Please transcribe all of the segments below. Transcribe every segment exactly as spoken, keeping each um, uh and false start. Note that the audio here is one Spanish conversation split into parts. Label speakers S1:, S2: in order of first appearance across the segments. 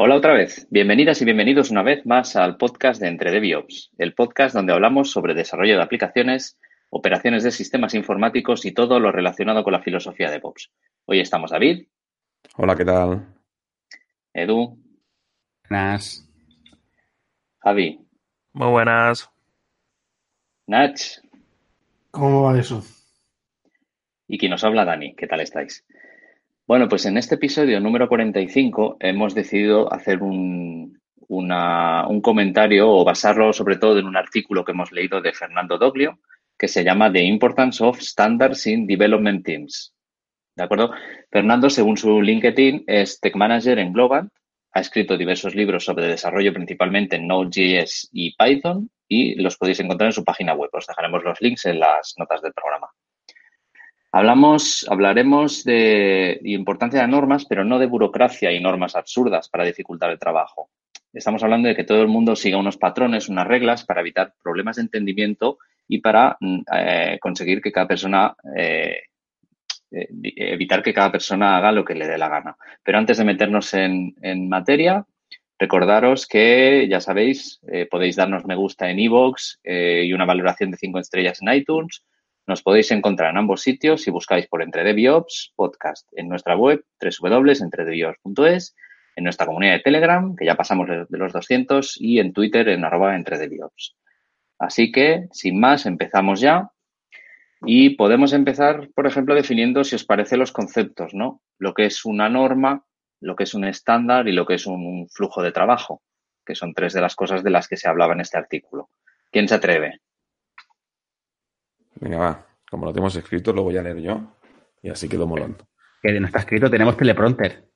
S1: Hola otra vez. Bienvenidas y bienvenidos una vez más al podcast de Entre DevOps, el podcast donde hablamos sobre desarrollo de aplicaciones, operaciones de sistemas informáticos y todo lo relacionado con la filosofía de DevOps. Hoy estamos David.
S2: Hola, ¿qué tal?
S1: Edu.
S3: Buenas.
S1: Javi.
S4: Muy buenas.
S1: Nach.
S5: ¿Cómo va eso?
S1: Y quien nos habla, Dani. ¿Qué tal estáis? Bueno, pues en este episodio número cuarenta y cinco hemos decidido hacer un, una, un comentario o basarlo sobre todo en un artículo que hemos leído de Fernando Doglio que se llama The Importance of Standards in Development Teams. ¿De acuerdo? Fernando, según su LinkedIn, es Tech Manager en Globant, ha escrito diversos libros sobre desarrollo principalmente en Node.js y Python y los podéis encontrar en su página web. Os dejaremos los links en las notas del programa. Hablamos, hablaremos de importancia de normas, pero no de burocracia y normas absurdas para dificultar el trabajo. Estamos hablando de que todo el mundo siga unos patrones, unas reglas para evitar problemas de entendimiento y para eh, conseguir que cada persona, eh, eh, evitar que cada persona haga lo que le dé la gana. Pero antes de meternos en, en materia, recordaros que, ya sabéis, eh, podéis darnos me gusta en iVoox eh, y una valoración de cinco estrellas en iTunes. Nos podéis encontrar en ambos sitios si buscáis por Entre DevOps Podcast en nuestra web doble u doble u doble u punto entre deviops punto es, en nuestra comunidad de Telegram, que ya pasamos de los doscientos, y en Twitter en arroba entredeviops. Así que, sin más, empezamos ya. Y podemos empezar, por ejemplo, definiendo, si os parece, los conceptos, ¿no? Lo que es una norma, lo que es un estándar y lo que es un, un flujo de trabajo, que son tres de las cosas de las que se hablaba en este artículo. ¿Quién se atreve?
S2: Venga, va. Como lo tenemos escrito, lo voy a leer yo. Y así quedó molando.
S3: Que no está escrito, tenemos teleprompter.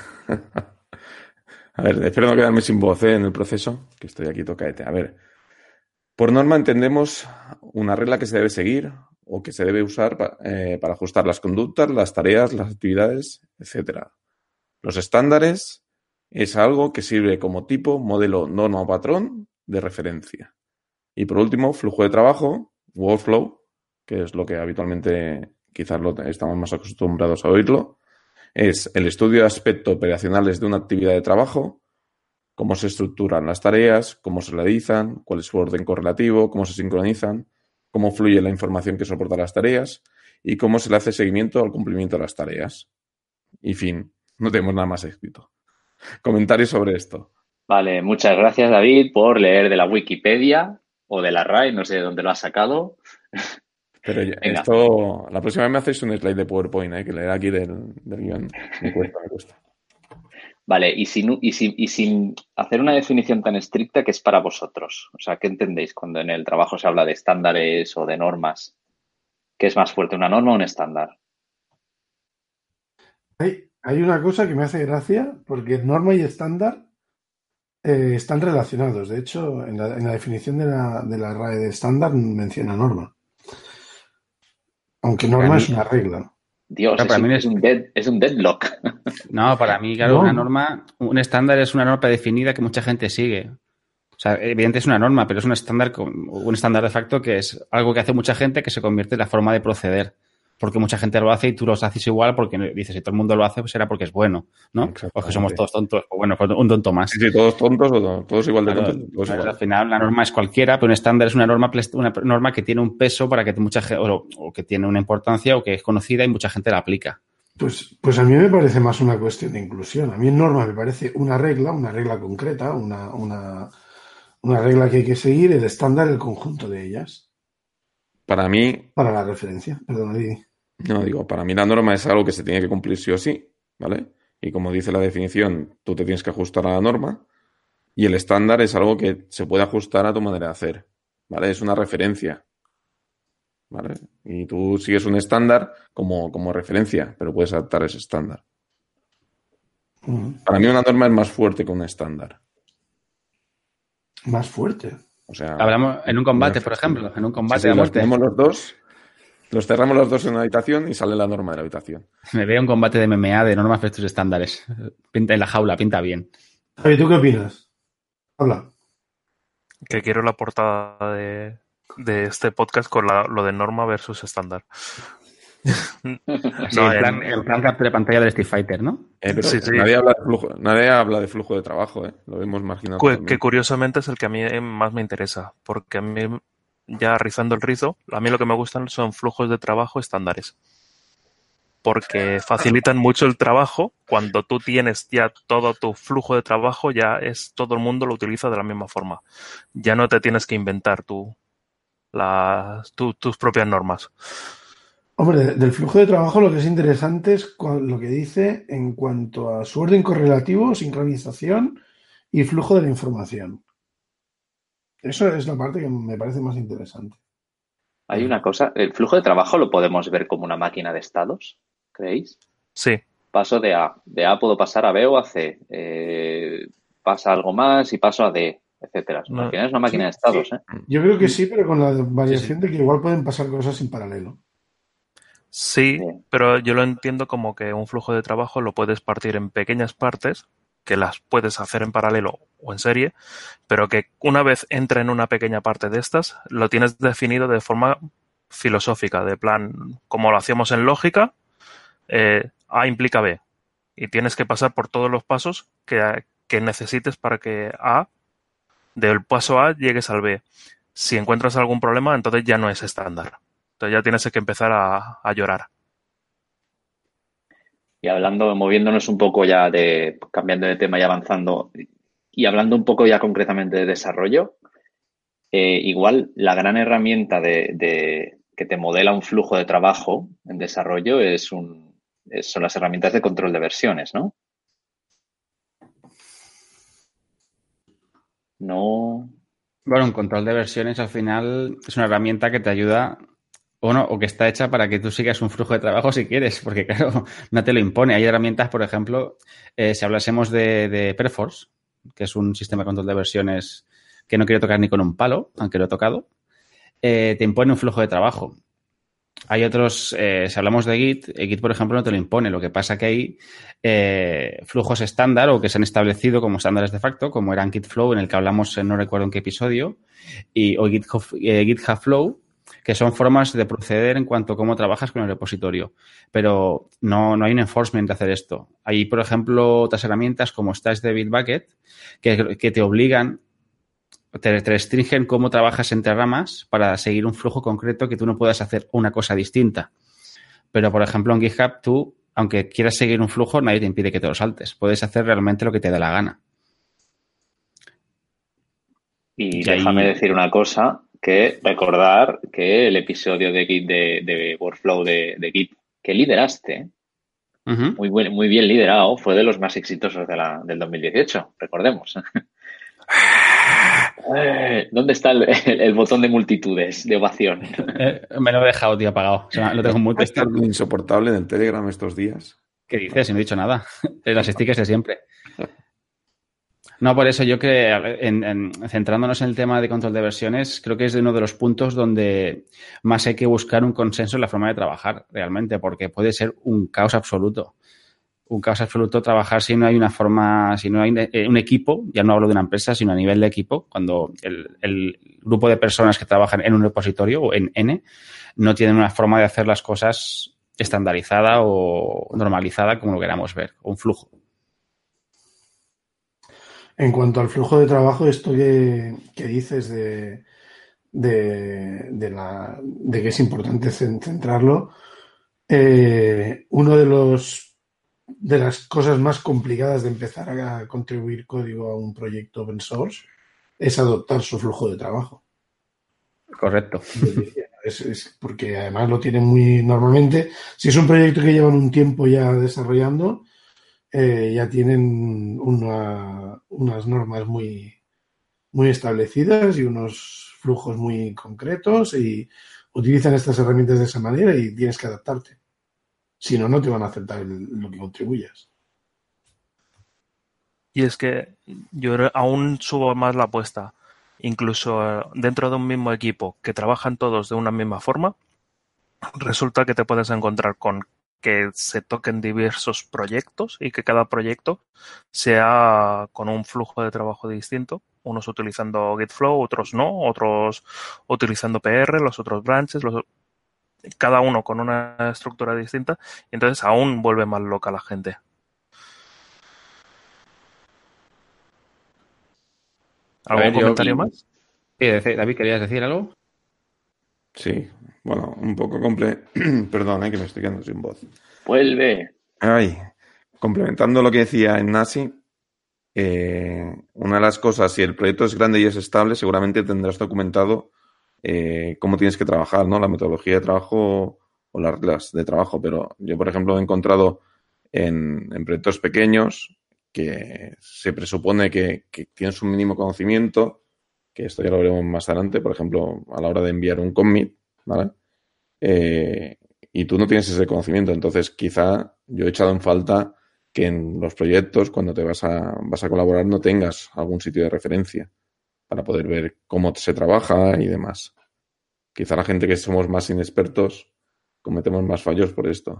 S2: A ver, espero no quedarme sin voz ¿eh? en el proceso, que estoy aquí tocaete. A ver, por norma entendemos una regla que se debe seguir o que se debe usar pa, eh, para ajustar las conductas, las tareas, las actividades, etcétera. Los estándares es algo que sirve como tipo, modelo, norma o patrón de referencia. Y por último, flujo de trabajo, workflow, que es lo que habitualmente quizás lo, estamos más acostumbrados a oírlo, es el estudio de aspectos operacionales de una actividad de trabajo, cómo se estructuran las tareas, cómo se realizan, cuál es su orden correlativo, cómo se sincronizan, cómo fluye la información que soporta las tareas y cómo se le hace seguimiento al cumplimiento de las tareas. Y fin, no tenemos nada más escrito. Comentarios sobre esto.
S1: Vale, muchas gracias, David, por leer de la Wikipedia o de la R A E, no sé de dónde lo has sacado.
S2: Pero ya, esto, la próxima vez me hacéis un slide de PowerPoint, ¿eh? Que leer aquí del, del guión. Me cuesta, me cuesta.
S1: Vale, y sin, y, sin, y sin hacer una definición tan estricta, ¿qué es para vosotros? O sea, ¿qué entendéis cuando en el trabajo se habla de estándares o de normas? ¿Qué es más fuerte, una norma o un estándar?
S5: Hay, hay una cosa que me hace gracia, porque norma y estándar eh, están relacionados. De hecho, en la, en la definición de la, de la R A E de estándar menciona norma. Aunque norma
S3: mí,
S5: es una regla.
S1: Dios,
S3: claro,
S1: es,
S3: un,
S1: es, un dead, es un deadlock.
S3: No, para mí, claro,
S5: No.
S3: una norma, un estándar es una norma definida que mucha gente sigue. O sea, evidentemente es una norma, pero es un estándar, un estándar de facto que es algo que hace mucha gente que se convierte en la forma de proceder. Porque mucha gente lo hace y tú los haces igual porque dices, si todo el mundo lo hace, pues será porque es bueno, ¿no? O que somos todos tontos. O bueno, pues un tonto más.
S2: Sí, sí, todos tontos o todos igual de
S3: claro,
S2: tontos. Todos
S3: igual.
S2: igual.
S3: Al final, la norma es cualquiera, pero un estándar es una norma, una norma que tiene un peso para que mucha gente, o, o que tiene una importancia o que es conocida y mucha gente la aplica.
S5: Pues, pues a mí me parece más una cuestión de inclusión. A mí en norma me parece una regla, una regla concreta, una, una, una regla que hay que seguir, el estándar, el conjunto de ellas.
S2: Para mí...
S5: Para la referencia, perdón, Didi.
S2: No, digo, para mí la norma es algo que se tiene que cumplir sí o sí, ¿vale? Y como dice la definición, tú te tienes que ajustar a la norma. Y el estándar es algo que se puede ajustar a tu manera de hacer, ¿vale? Es una referencia, ¿vale? Y tú sigues un estándar como, como referencia, pero puedes adaptar ese estándar. Uh-huh. Para mí una norma es más fuerte que un estándar.
S5: Más fuerte.
S3: O sea, hablamos en un combate, por ejemplo, en un combate
S2: sí, sí,
S3: a muerte.
S2: Tenemos los dos, los cerramos los dos en una habitación y sale la norma de la habitación.
S3: Me veo un combate de M M A de normas versus estándares. Pinta en la jaula, pinta bien.
S5: Oye, ¿tú qué opinas? Habla.
S4: Que quiero la portada de, de este podcast con la, lo de norma versus estándar.
S3: Sí,
S4: No,
S3: el plan,
S4: en-
S3: el plan captura de pantalla del Street Fighter, ¿no?
S2: Eh, pero
S4: Sí, sí.
S2: nadie habla de flujo, nadie habla de flujo de trabajo, ¿eh? Lo hemos marginado
S4: Cu- que
S2: totalmente.
S4: curiosamente es el que a mí más me interesa, porque a mí, ya rizando el rizo, a mí lo que me gustan son flujos de trabajo estándares, porque facilitan mucho el trabajo. Cuando tú tienes ya todo tu flujo de trabajo, ya es todo el mundo lo utiliza de la misma forma. Ya no te tienes que inventar tú las, tu- tus propias normas.
S5: Hombre, de- del flujo de trabajo lo que es interesante es cua- lo que dice en cuanto a su orden correlativo, sincronización y flujo de la información. Eso es la parte que me parece más interesante.
S1: Hay una cosa, ¿el flujo de trabajo lo podemos ver como una máquina de estados? ¿Creéis?
S4: Sí,
S1: Paso de A. De A puedo pasar a B o a C. Eh, pasa algo más y paso a D, etcétera. Al
S4: no,
S1: final es una máquina de
S5: Sí,
S1: estados, ¿eh?
S5: yo creo que sí, pero con la
S4: sí,
S5: variación
S4: sí.
S5: de que igual pueden pasar cosas en paralelo.
S4: Sí,
S1: Bien.
S4: pero yo lo entiendo como que un flujo de trabajo lo puedes partir en pequeñas partes, que las puedes hacer en paralelo o en serie, pero que una vez entra en una pequeña parte de estas, lo tienes definido de forma filosófica, de plan, como lo hacíamos en lógica, eh, A implica B, y tienes que pasar por todos los pasos que, que necesites para que A, del paso A, llegues al B. Si encuentras algún problema, entonces ya no es estándar. Entonces ya tienes que empezar a, a llorar.
S1: Y hablando, moviéndonos un poco ya de, cambiando de tema y avanzando, y hablando un poco ya concretamente de desarrollo, eh, igual la gran herramienta de, de- que te modela un flujo de trabajo en desarrollo es un, es- son las herramientas de control de versiones, ¿no? No.
S3: Bueno, un control de versiones al final es una herramienta que te ayuda o no, o que está hecha para que tú sigas un flujo de trabajo si quieres, porque claro, no te lo impone. Hay herramientas, por ejemplo, eh, si hablásemos de, de Perforce, que es un sistema de control de versiones que no quiero tocar ni con un palo, aunque lo he tocado, eh, te impone un flujo de trabajo. Hay otros, eh, si hablamos de Git, eh, Git, por ejemplo, no te lo impone. Lo que pasa que hay eh, flujos estándar o que se han establecido como estándares de facto, como eran Git Flow, en el que hablamos, eh, no recuerdo en qué episodio, y, o GitHub, eh, GitHub Flow, que son formas de proceder en cuanto a cómo trabajas con el repositorio. Pero no, no hay un enforcement de hacer esto. Hay, por ejemplo, otras herramientas como Stash de Bitbucket que, que te obligan, te, te restringen cómo trabajas entre ramas para seguir un flujo concreto que tú no puedas hacer una cosa distinta. Pero, por ejemplo, en GitHub tú, aunque quieras seguir un flujo, nadie te impide que te lo saltes. Puedes hacer realmente lo que te dé la gana.
S1: Y
S3: Y
S1: déjame
S3: ahí...
S1: decir una cosa, que recordar que el episodio de Git de, de Workflow de, de Git que lideraste,
S3: Uh-huh.
S1: muy, buen, muy bien liderado, fue de los más exitosos de la, del dos mil dieciocho, recordemos. Eh, ¿Dónde está el, el, el botón de multitudes, de ovación?
S3: Eh, me lo he dejado, tío, apagado. O sea, lo tengo en
S2: ¿Va a
S3: mute.
S2: estar insoportable en el Telegram estos días?
S3: ¿Qué dices? Si no he dicho nada. Las stickers de siempre. No, por eso yo creo, en, en, centrándonos en el tema de control de versiones, creo que es de uno de los puntos donde más hay que buscar un consenso en la forma de trabajar realmente, porque puede ser un caos absoluto. Un caos absoluto trabajar si no hay una forma, si no hay un equipo, ya no hablo de una empresa, sino a nivel de equipo, cuando el, el grupo de personas que trabajan en un repositorio o en N no tienen una forma de hacer las cosas estandarizada o normalizada, como lo queramos ver, o un flujo.
S5: En cuanto al flujo de trabajo, esto que, que dices de, de, de, la, de que es importante centrarlo, eh, uno de los de las cosas más complicadas de empezar a contribuir código a un proyecto open source es adoptar su flujo de trabajo.
S3: Correcto.
S5: Es, es porque además lo tienen muy normalmente. Si es un proyecto que llevan un tiempo ya desarrollando, eh, ya tienen una, unas normas muy, muy establecidas y unos flujos muy concretos y utilizan estas herramientas de esa manera y tienes que adaptarte. Si no, no te van a aceptar el, lo que contribuyas.
S4: Y es que yo aún subo más la apuesta. Incluso dentro de un mismo equipo que trabajan todos de una misma forma, resulta que te puedes encontrar con que se toquen diversos proyectos y que cada proyecto sea con un flujo de trabajo distinto. Unos utilizando GitFlow, otros no, otros utilizando P R, los otros branches. Los... cada uno con una estructura distinta, y entonces aún vuelve más loca la gente. ¿Algún
S3: ver, yo-
S4: comentario más?
S3: Sí, David, ¿querías decir algo?
S2: Sí, bueno, un poco comple... Perdón, eh, que me estoy quedando sin voz.
S1: Vuelve.
S2: Ay, complementando lo que decía Ignasi, eh, una de las cosas, si el proyecto es grande y es estable, seguramente tendrás documentado eh, cómo tienes que trabajar, ¿no? La metodología de trabajo o las reglas de trabajo. Pero yo, por ejemplo, he encontrado en, en proyectos pequeños que se presupone que, que tienes un mínimo conocimiento, que esto ya lo veremos más adelante, por ejemplo, a la hora de enviar un commit, ¿vale? Eh, y tú no tienes ese conocimiento. Entonces, quizá yo he echado en falta que en los proyectos, cuando te vas a, vas a colaborar, no tengas algún sitio de referencia para poder ver cómo se trabaja y demás. Quizá la gente que somos más inexpertos cometemos más fallos por esto.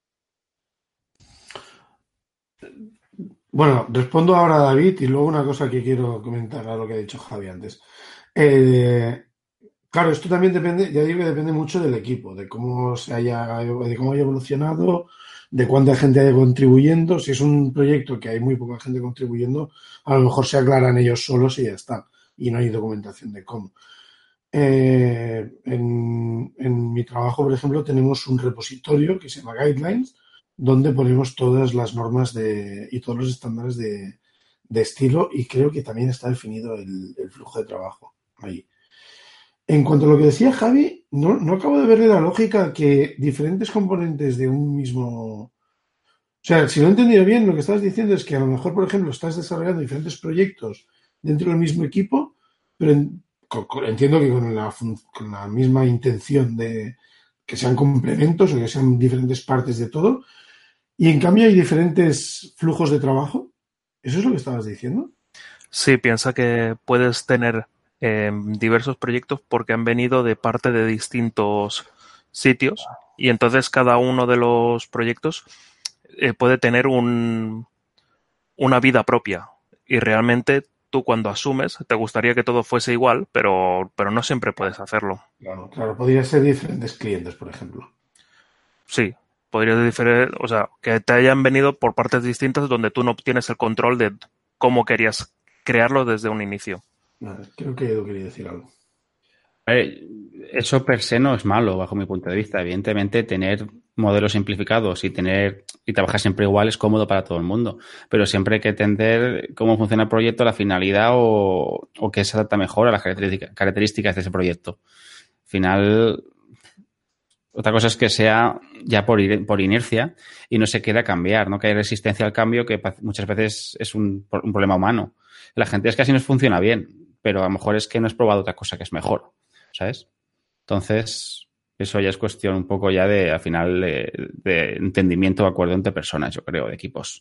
S5: Bueno, respondo ahora a David y luego una cosa que quiero comentar a lo que ha dicho Javi antes. Eh, claro, esto también depende, ya digo que depende mucho del equipo, de cómo se haya, de cómo haya evolucionado, de cuánta gente haya contribuyendo. Si es un proyecto que hay muy poca gente contribuyendo, a lo mejor se aclaran ellos solos y ya está. Y no hay documentación de cómo. Eh, en, en mi trabajo, por ejemplo, tenemos un repositorio que se llama Guidelines, donde ponemos todas las normas de, y todos los estándares de, de estilo, y creo que también está definido el, el flujo de trabajo ahí. En cuanto a lo que decía Javi, no, no acabo de verle la lógica que diferentes componentes de un mismo... O sea, si lo he entendido bien, lo que estás diciendo es que a lo mejor, por ejemplo, estás desarrollando diferentes proyectos dentro del mismo equipo, pero en- con- con- entiendo que con la, fun- con la misma intención de que sean complementos o que sean diferentes partes de todo, y en cambio hay diferentes flujos de trabajo. ¿Eso es lo que estabas diciendo?
S4: Sí, piensa que puedes tener eh, diversos proyectos porque han venido de parte de distintos sitios, y entonces cada uno de los proyectos eh, puede tener un, una vida propia, y realmente tú cuando asumes te gustaría que todo fuese igual, pero, pero no siempre puedes hacerlo.
S5: Claro, claro, podría ser diferentes clientes, por ejemplo.
S4: Sí, podría diferir, o sea, que te hayan venido por partes distintas donde tú no tienes el control de cómo querías crearlo desde un inicio.
S5: Vale, creo que Edu quería decir algo.
S3: A ver, eso per se no es malo, bajo mi punto de vista. Evidentemente, tener modelos simplificados y tener y trabajar siempre igual es cómodo para todo el mundo, pero siempre hay que entender cómo funciona el proyecto, la finalidad o, o qué se adapta mejor a las características, características de ese proyecto. Al final, otra cosa es que sea ya por, por inercia y no se quede a cambiar, ¿no? Que hay resistencia al cambio, que muchas veces es un, un problema humano. La gente es que así nos funciona bien, pero a lo mejor es que no has probado otra cosa que es mejor, ¿sabes? Entonces, eso ya es cuestión un poco ya de, al final, de, de entendimiento o acuerdo entre personas, yo creo, de equipos.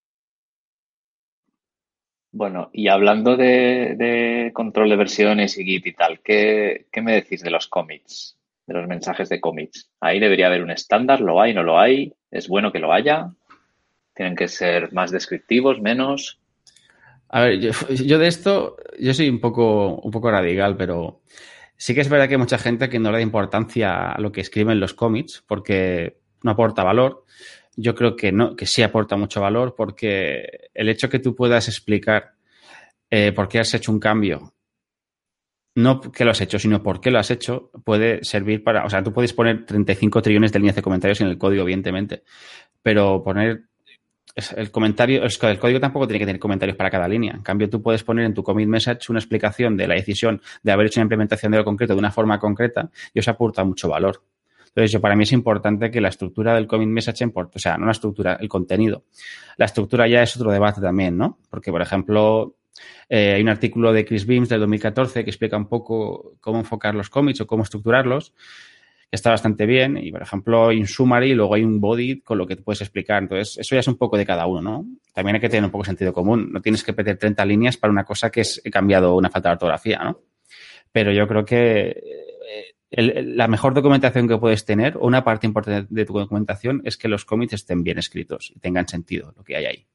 S1: Bueno, y hablando de, de control de versiones y Git y tal, ¿qué, qué me decís de los commits, de los mensajes de commits? Ahí debería haber un estándar, ¿lo hay, no lo hay? ¿Es bueno que lo haya? ¿Tienen que ser más descriptivos, menos?
S3: A ver, yo, yo de esto, yo soy un poco, un poco radical, pero sí que es verdad que hay mucha gente que no le da importancia a lo que escriben los cómics porque no aporta valor. Yo creo que no, que sí aporta mucho valor porque el hecho que tú puedas explicar eh, por qué has hecho un cambio, no que lo has hecho, sino por qué lo has hecho, puede servir para, o sea, tú puedes poner treinta y cinco trillones de líneas de comentarios en el código, evidentemente, pero poner el comentario, el código tampoco tiene que tener comentarios para cada línea. En cambio, tú puedes poner en tu commit message una explicación de la decisión de haber hecho una implementación de lo concreto de una forma concreta y os aporta mucho valor. Entonces, yo, para mí es importante que la estructura del commit message, o sea, no la estructura, el contenido. La estructura ya es otro debate también, ¿no? Porque, por ejemplo, eh, hay un artículo de Chris Beams del dos mil catorce que explica un poco cómo enfocar los commits o cómo estructurarlos, que está bastante bien. Y, por ejemplo, hay un summary y luego hay un body con lo que te puedes explicar. Entonces, eso ya es un poco de cada uno, ¿no? También hay que tener un poco de sentido común. No tienes que meter treinta líneas para una cosa que es he cambiado una falta de ortografía, ¿no? Pero yo creo que el, la mejor documentación que puedes tener, o una parte importante de tu documentación, es que los commits estén bien escritos y tengan sentido lo que hay ahí.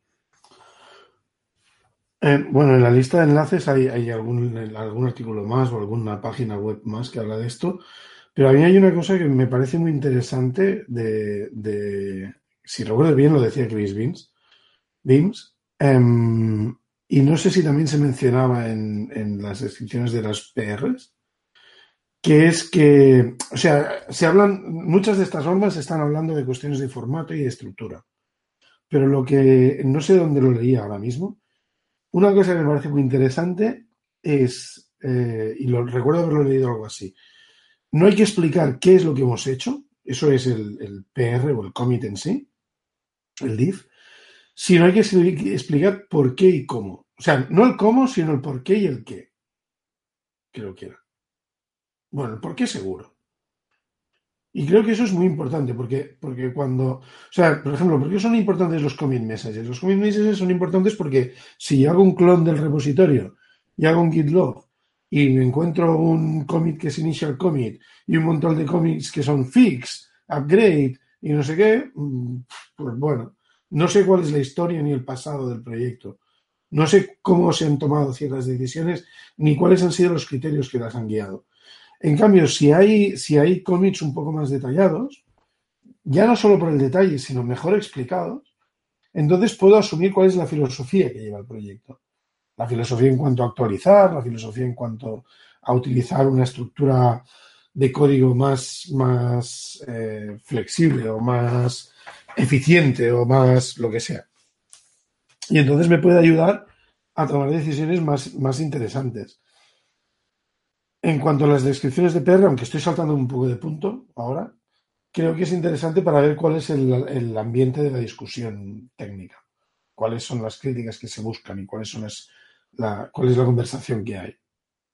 S5: Eh, bueno, en la lista de enlaces hay, hay algún, algún artículo más o alguna página web más que habla de esto, Pero a mí hay una cosa que me parece muy interesante de, de si recuerdo bien, lo decía Chris Beams, Beams em, y no sé si también se mencionaba en, en las descripciones de las P Rs, que es que, o sea, se hablan, muchas de estas normas están hablando de cuestiones de formato y de estructura, pero lo que, no sé dónde lo leía ahora mismo, una cosa que me parece muy interesante es, eh, y lo recuerdo haberlo leído algo así, no hay que explicar qué es lo que hemos hecho, eso es el, el P R o el commit en sí, el diff, sino hay que explicar por qué y cómo. O sea, no el cómo, sino el por qué y el qué. Creo que era. Bueno, el por qué seguro. Y creo que eso es muy importante, porque, porque cuando, o sea, por ejemplo, ¿por qué son importantes los commit messages? Los commit messages son importantes porque si yo hago un clon del repositorio y hago un git log y me encuentro un commit que es initial commit y un montón de commits que son fix, upgrade y no sé qué, pues bueno, no sé cuál es la historia ni el pasado del proyecto. No sé cómo se han tomado ciertas decisiones ni cuáles han sido los criterios que las han guiado. En cambio, si hay, si hay commits un poco más detallados, ya no solo por el detalle, sino mejor explicados, entonces puedo asumir cuál es la filosofía que lleva el proyecto. La filosofía en cuanto a actualizar, la filosofía en cuanto a utilizar una estructura de código más, más eh, flexible o más eficiente o más lo que sea. Y entonces me puede ayudar a tomar decisiones más, más interesantes. En cuanto a las descripciones de P R, aunque estoy saltando un poco de punto ahora, creo que es interesante para ver cuál es el, el ambiente de la discusión técnica, cuáles son las críticas que se buscan y cuáles son las, la, cuál es la conversación que hay.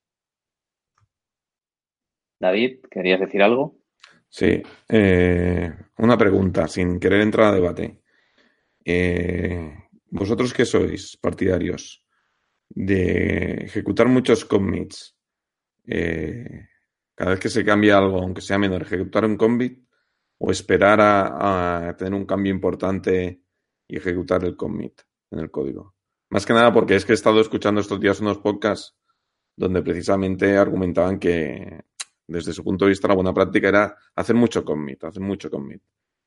S1: David, ¿querías decir algo?
S2: Sí, eh, una pregunta, sin querer entrar a debate. Eh, ¿Vosotros qué sois partidarios de ejecutar muchos commits? Eh, cada vez que se cambia algo, aunque sea menor, ejecutar un commit o esperar a, a tener un cambio importante y ejecutar el commit en el código. Más que nada porque es que he estado escuchando estos días unos podcasts donde precisamente argumentaban que desde su punto de vista la buena práctica era hacer mucho commit, hacer mucho commit.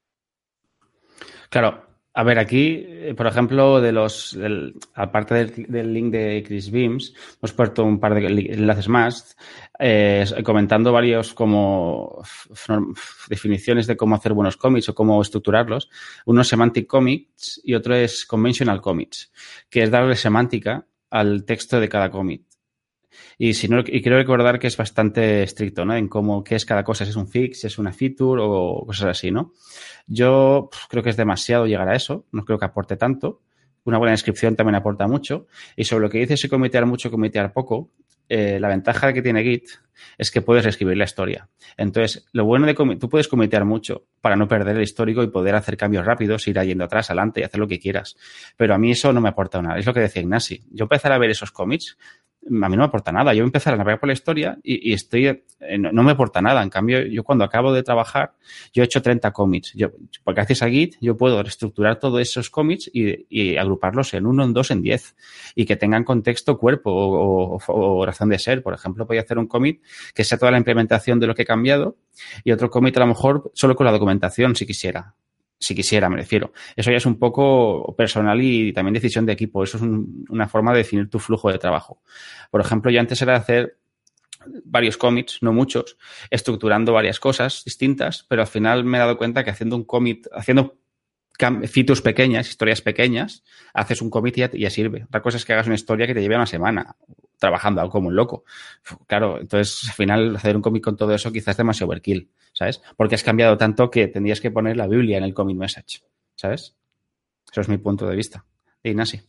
S3: Claro, a ver, aquí, por ejemplo, de los, del, aparte del, del link de Chris Beams, hemos puesto un par de enlaces más, eh, comentando varios como definiciones de cómo hacer buenos commits o cómo estructurarlos. Uno es semantic commits y otro es conventional commits, que es darle semántica al texto de cada commit. Y si no, y quiero recordar que es bastante estricto, ¿no? En cómo, qué es cada cosa, si es un fix, si es una feature o cosas así, ¿no? Yo pff, creo que es demasiado llegar a eso, no creo que aporte tanto. Una buena descripción también aporta mucho. Y sobre lo que dices, si comitear mucho, comitear poco, eh, la ventaja que tiene Git es que puedes reescribir la historia. Entonces, lo bueno de tú puedes comitear mucho para no perder el histórico y poder hacer cambios rápidos, ir yendo atrás, adelante y hacer lo que quieras. Pero a mí eso no me aporta nada. Es lo que decía Ignasi. Yo empezar a ver esos commits, a mí no me aporta nada. Yo empezar a navegar por la historia y, y estoy eh, no, no me aporta nada. En cambio, yo cuando acabo de trabajar, yo he hecho treinta commits. Yo, porque gracias a Git yo puedo reestructurar todos esos commits y, y agruparlos en uno, en dos, en diez y que tengan contexto, cuerpo o, o, o razón de ser. Por ejemplo, voy a hacer un commit que sea toda la implementación de lo que he cambiado y otro commit a lo mejor solo con la documentación si quisiera. Si quisiera, me refiero. Eso ya es un poco personal y también decisión de equipo. Eso es un, una forma de definir tu flujo de trabajo. Por ejemplo, yo antes era hacer varios commits, no muchos, estructurando varias cosas distintas, pero al final me he dado cuenta que haciendo un commit, haciendo features pequeñas, historias pequeñas, haces un commit y ya, ya sirve. Otra cosa es que hagas una historia que te lleve una semana trabajando como un loco. Claro, entonces al final hacer un commit con todo eso quizás es demasiado overkill, ¿sabes? Porque has cambiado tanto que tendrías que poner la Biblia en el commit message, ¿sabes? Eso es mi punto de vista. Ignasi.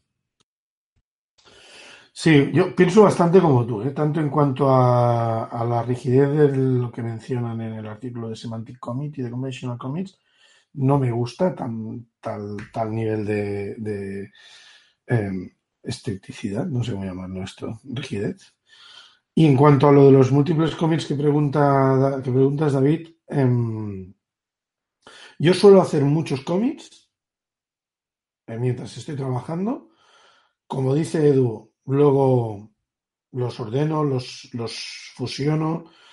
S5: Sí, yo pienso bastante como tú, ¿eh? Tanto en cuanto a, a la rigidez de lo que mencionan en el artículo de Semantic Commit y de Conventional Commits, no me gusta tan, tal, tal nivel de, de eh, estricticidad, no sé cómo llamarlo esto, rigidez. Y en cuanto a lo de los múltiples commits que, pregunta, que preguntas, David, eh, yo suelo hacer muchos commits eh, mientras estoy trabajando. Como dice Edu, luego los ordeno, los, los fusiono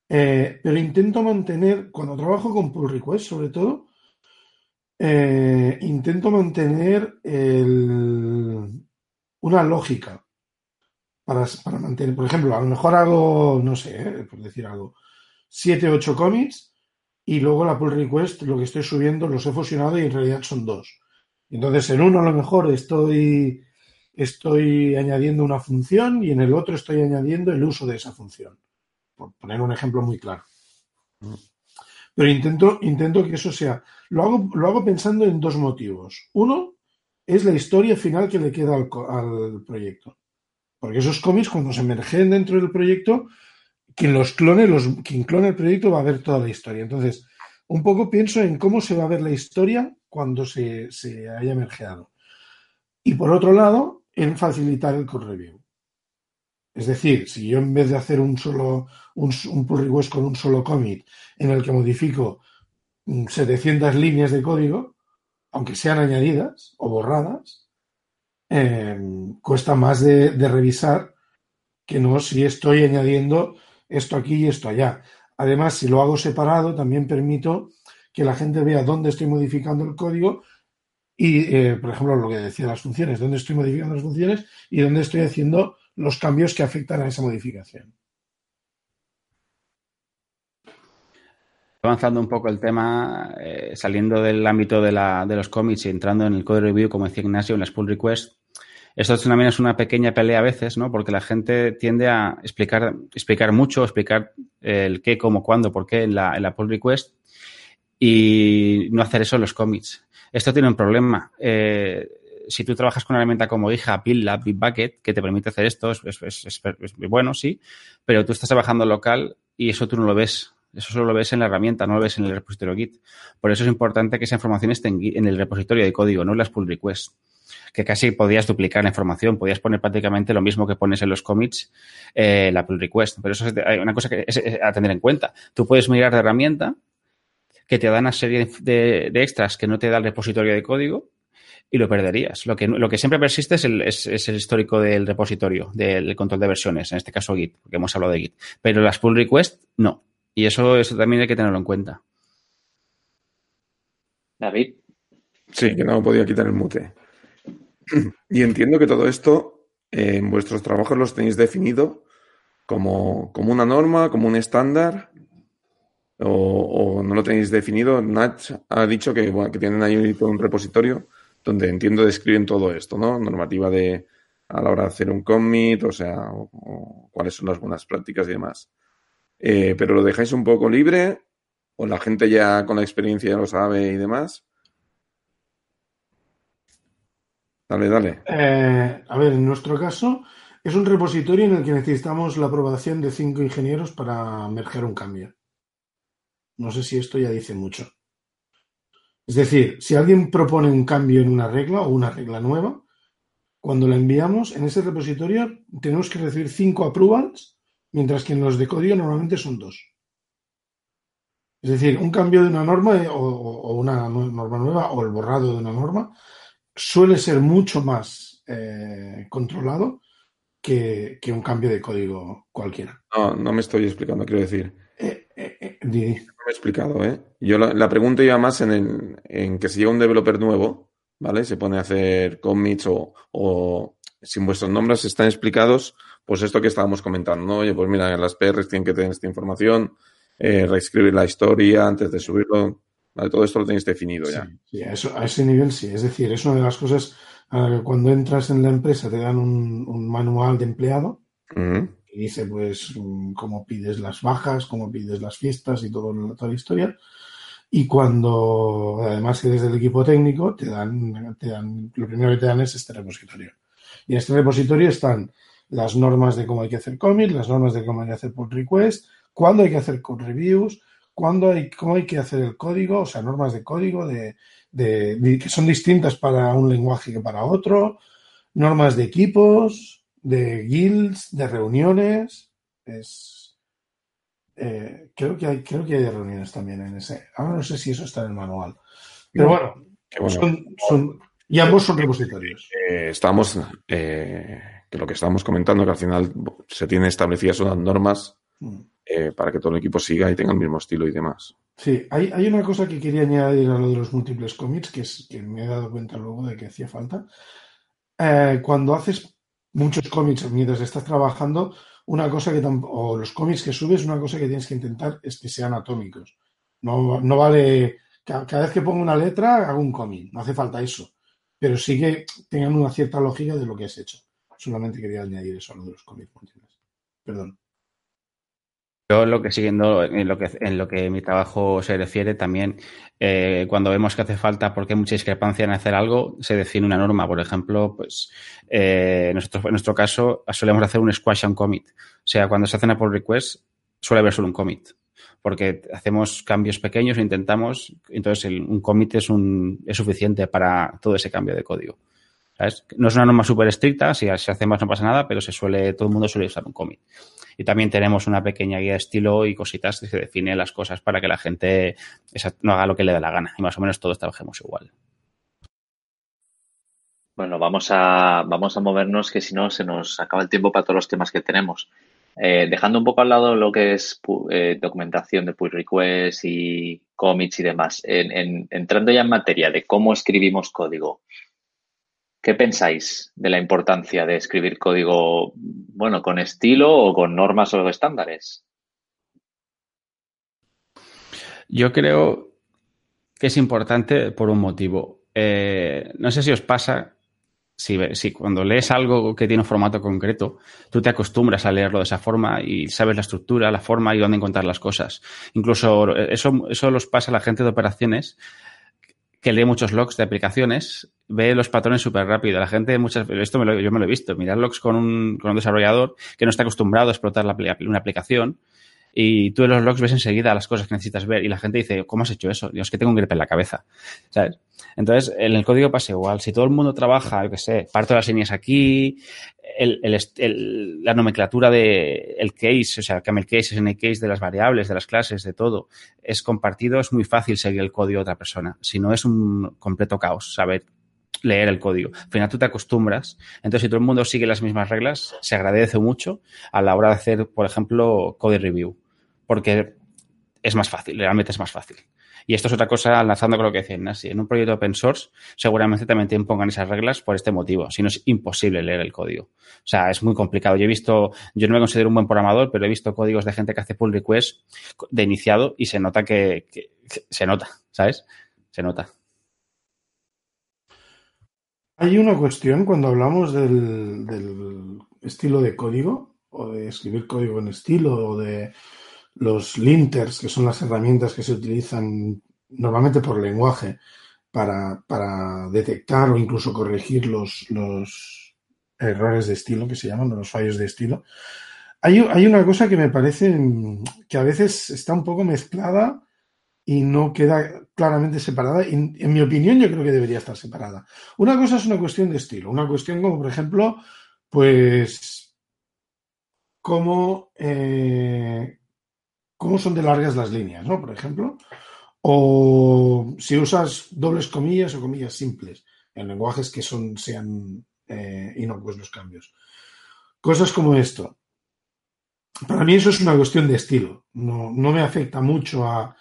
S5: Eh, pero intento mantener, cuando trabajo con pull request, sobre todo, eh, intento mantener el, una lógica para, para mantener, por ejemplo, a lo mejor hago, no sé, eh, por decir algo, siete ocho commits y luego la pull request, lo que estoy subiendo, los he fusionado y en realidad son dos. Entonces, en uno a lo mejor estoy, estoy añadiendo una función y en el otro estoy añadiendo el uso de esa función. Por poner un ejemplo muy claro. Pero intento, intento que eso sea. Lo hago, lo hago pensando en dos motivos. Uno es la historia final que le queda al, al proyecto. Porque esos cómics, cuando se emergen dentro del proyecto, quien los clone, los, quien clone el proyecto va a ver toda la historia. Entonces, un poco pienso en cómo se va a ver la historia cuando se, se haya mergeado. Y por otro lado, en facilitar el code review. Es decir, si yo en vez de hacer un solo un, un pull request con un solo commit en el que modifico setecientas líneas de código, aunque sean añadidas o borradas, eh, cuesta más de, de revisar que no si estoy añadiendo esto aquí y esto allá. Además, si lo hago separado, también permito que la gente vea dónde estoy modificando el código y, eh, por ejemplo, lo que decía las funciones, dónde estoy modificando las funciones y dónde estoy haciendo los cambios que afectan a esa modificación.
S3: Avanzando un poco el tema, eh, saliendo del ámbito de, la, de los cómics y entrando en el code review, como decía Ignacio, en las pull requests, esto también es una pequeña pelea a veces, ¿no? Porque la gente tiende a explicar, explicar mucho, explicar el qué, cómo, cuándo, por qué en la, en la pull request y no hacer eso en los cómics. Esto tiene un problema. Eh, si tú trabajas con una herramienta como GitHub, GitLab, Bitbucket, que te permite hacer esto, es, es, es, es, es bueno, sí, pero tú estás trabajando local y eso tú no lo ves. Eso solo lo ves en la herramienta, no lo ves en el repositorio Git. Por eso es importante que esa información esté en, en el repositorio de código, no en las pull requests. Que casi podías duplicar la información, podías poner prácticamente lo mismo que pones en los commits, eh, la pull request. Pero eso es una cosa que es, es a tener en cuenta. Tú puedes mirar de herramienta que te da una serie de, de extras que no te da el repositorio de código y lo perderías. Lo que, lo que siempre persiste es el, es, es el histórico del repositorio, del control de versiones, en este caso Git, porque hemos hablado de Git. Pero las pull requests, no. Y eso, eso también hay que tenerlo en cuenta.
S1: David.
S2: Sí, que no me podía quitar el mute. Y entiendo que todo esto eh, en vuestros trabajos los tenéis definido como, como una norma, como un estándar, o, o no lo tenéis definido. Nach ha dicho que, bueno, que tienen ahí un repositorio donde entiendo describen todo esto, ¿no? Normativa de a la hora de hacer un commit, o sea, o, o cuáles son las buenas prácticas y demás. Eh, pero lo dejáis un poco libre, o la gente ya con la experiencia ya lo sabe y demás. Dale, dale.
S5: Eh, a ver, en nuestro caso es un repositorio en el que necesitamos la aprobación de cinco ingenieros para merger un cambio. No sé si esto ya dice mucho. Es decir, si alguien propone un cambio en una regla o una regla nueva, cuando la enviamos en ese repositorio tenemos que recibir cinco approvals, mientras que en los de código normalmente son dos. Es decir, un cambio de una norma o, o una norma nueva o el borrado de una norma suele ser mucho más eh, controlado que, que un cambio de código cualquiera.
S2: No, no me estoy explicando, quiero decir.
S5: Eh, eh, eh, di.
S2: No me he explicado, ¿eh? Yo la, la pregunta iba más en, el, en que si llega un developer nuevo, ¿vale? Se pone a hacer commits o, o si vuestros nombres están explicados, pues esto que estábamos comentando, ¿no? Oye, pues mira, las P Rs tienen que tener esta información, eh, reescribir la historia antes de subirlo, ¿vale? Todo esto lo tenéis definido
S5: Sí,
S2: ya.
S5: sí, a, eso, a ese nivel sí. Es decir, es una de las cosas uh, cuando entras en la empresa te dan un, un manual de empleado
S2: Uh-huh.
S5: y dice pues cómo pides las bajas, cómo pides las fiestas y todo, toda la historia. Y cuando además eres del equipo técnico, te dan, te dan, lo primero que te dan es este repositorio. Y en este repositorio están las normas de cómo hay que hacer commit, las normas de cómo hay que hacer pull request, cuándo hay que hacer code reviews, cuándo hay, cómo hay que hacer el código, o sea, normas de código de, de, de, que son distintas para un lenguaje que para otro, normas de equipos, de guilds, de reuniones. Es, eh, creo que hay, creo que hay de reuniones también en ese. Ahora no sé si eso está en el manual. Pero
S2: No,
S5: bueno,
S2: bueno,
S5: son, son, y ambos son repositorios.
S2: Eh, estamos, eh, que lo que estábamos comentando, que al final se tienen establecidas unas normas.
S5: Mm.
S2: eh, para que todo el equipo siga y tenga el mismo estilo y demás.
S5: Sí, hay, hay una cosa que quería añadir a lo de los múltiples commits, que es que me he dado cuenta luego de que hacía falta. Eh, cuando haces muchos commits mientras estás trabajando, una cosa que tam- o los commits que subes, una cosa que tienes que intentar es que sean atómicos. No, no vale, ca- cada vez que pongo una letra hago un commit, no hace falta eso, pero sí que tengan una cierta lógica de lo que has hecho. Solamente quería añadir eso a lo de los commits múltiples. Perdón.
S3: Yo lo que siguiendo en lo que en lo que mi trabajo se refiere también, eh, cuando vemos que hace falta porque hay mucha discrepancia en hacer algo, se define una norma. Por ejemplo, pues eh, nosotros, en nuestro caso solemos hacer un squash and commit. O sea, cuando se hace una pull request suele haber solo un commit. Porque hacemos cambios pequeños e intentamos, entonces el, un commit es, un, es suficiente para todo ese cambio de código. ¿Sabes? No es una norma súper estricta, si se hace más no pasa nada, pero se suele, todo el mundo suele usar un commit. Y también tenemos una pequeña guía de estilo y cositas que se definen las cosas para que la gente esa, no haga lo que le dé la gana y más o menos todos trabajemos igual.
S1: Bueno, vamos a, vamos a movernos, que si no se nos acaba el tiempo para todos los temas que tenemos. Eh, dejando un poco al lado lo que es pu- eh, documentación de pull requests y commits y demás, en- en- entrando ya en materia de cómo escribimos código, ¿qué pensáis de la importancia de escribir código, bueno, con estilo o con normas o estándares?
S3: Yo creo que es importante por un motivo. Eh, no sé si os pasa, si, si cuando lees algo que tiene un formato concreto, tú te acostumbras a leerlo de esa forma y sabes la estructura, la forma y dónde encontrar las cosas. Incluso eso, eso los pasa a la gente de operaciones que lee muchos logs de aplicaciones, ve los patrones súper rápido. La gente, muchas esto me lo, yo me lo he visto, mirar logs con un, con un desarrollador que no está acostumbrado a explotar la, una aplicación y tú en los logs ves enseguida las cosas que necesitas ver y la gente dice, ¿cómo has hecho eso? Dios, es que tengo un grep en la cabeza, ¿sabes? Entonces, en el código pasa igual. Si todo el mundo trabaja, yo qué sé, parto las líneas aquí, el, el, el, la nomenclatura de el case, o sea, camel case, n case de las variables, de las clases, de todo, es compartido, es muy fácil seguir el código de otra persona. Si no, es un completo caos saber leer el código. Al final tú te acostumbras. Entonces, si todo el mundo sigue las mismas reglas, se agradece mucho a la hora de hacer, por ejemplo, code review. Porque es más fácil, realmente es más fácil. Y esto es otra cosa, lanzando con lo que decía Ignasi. En un proyecto open source, seguramente también te impongan esas reglas por este motivo. Si no, es imposible leer el código. O sea, es muy complicado. Yo he visto, yo no me considero un buen programador, pero he visto códigos de gente que hace pull request de iniciado y se nota que, que, que se nota, ¿sabes? Se nota.
S5: Hay una cuestión cuando hablamos del, del estilo de código, o de escribir código en estilo, o de los linters, que son las herramientas que se utilizan normalmente por lenguaje para, para detectar o incluso corregir los, los errores de estilo, que se llaman, los fallos de estilo. Hay, hay una cosa que me parece que a veces está un poco mezclada y no queda claramente separada. Y, en mi opinión, yo creo que debería estar separada. Una cosa es una cuestión de estilo. Una cuestión como, por ejemplo, pues, cómo, eh, cómo son de largas las líneas, ¿no? Por ejemplo. O si usas dobles comillas o comillas simples en lenguajes que son, sean eh, inocuos los cambios. Cosas como esto. Para mí eso es una cuestión de estilo. No, no me afecta mucho a,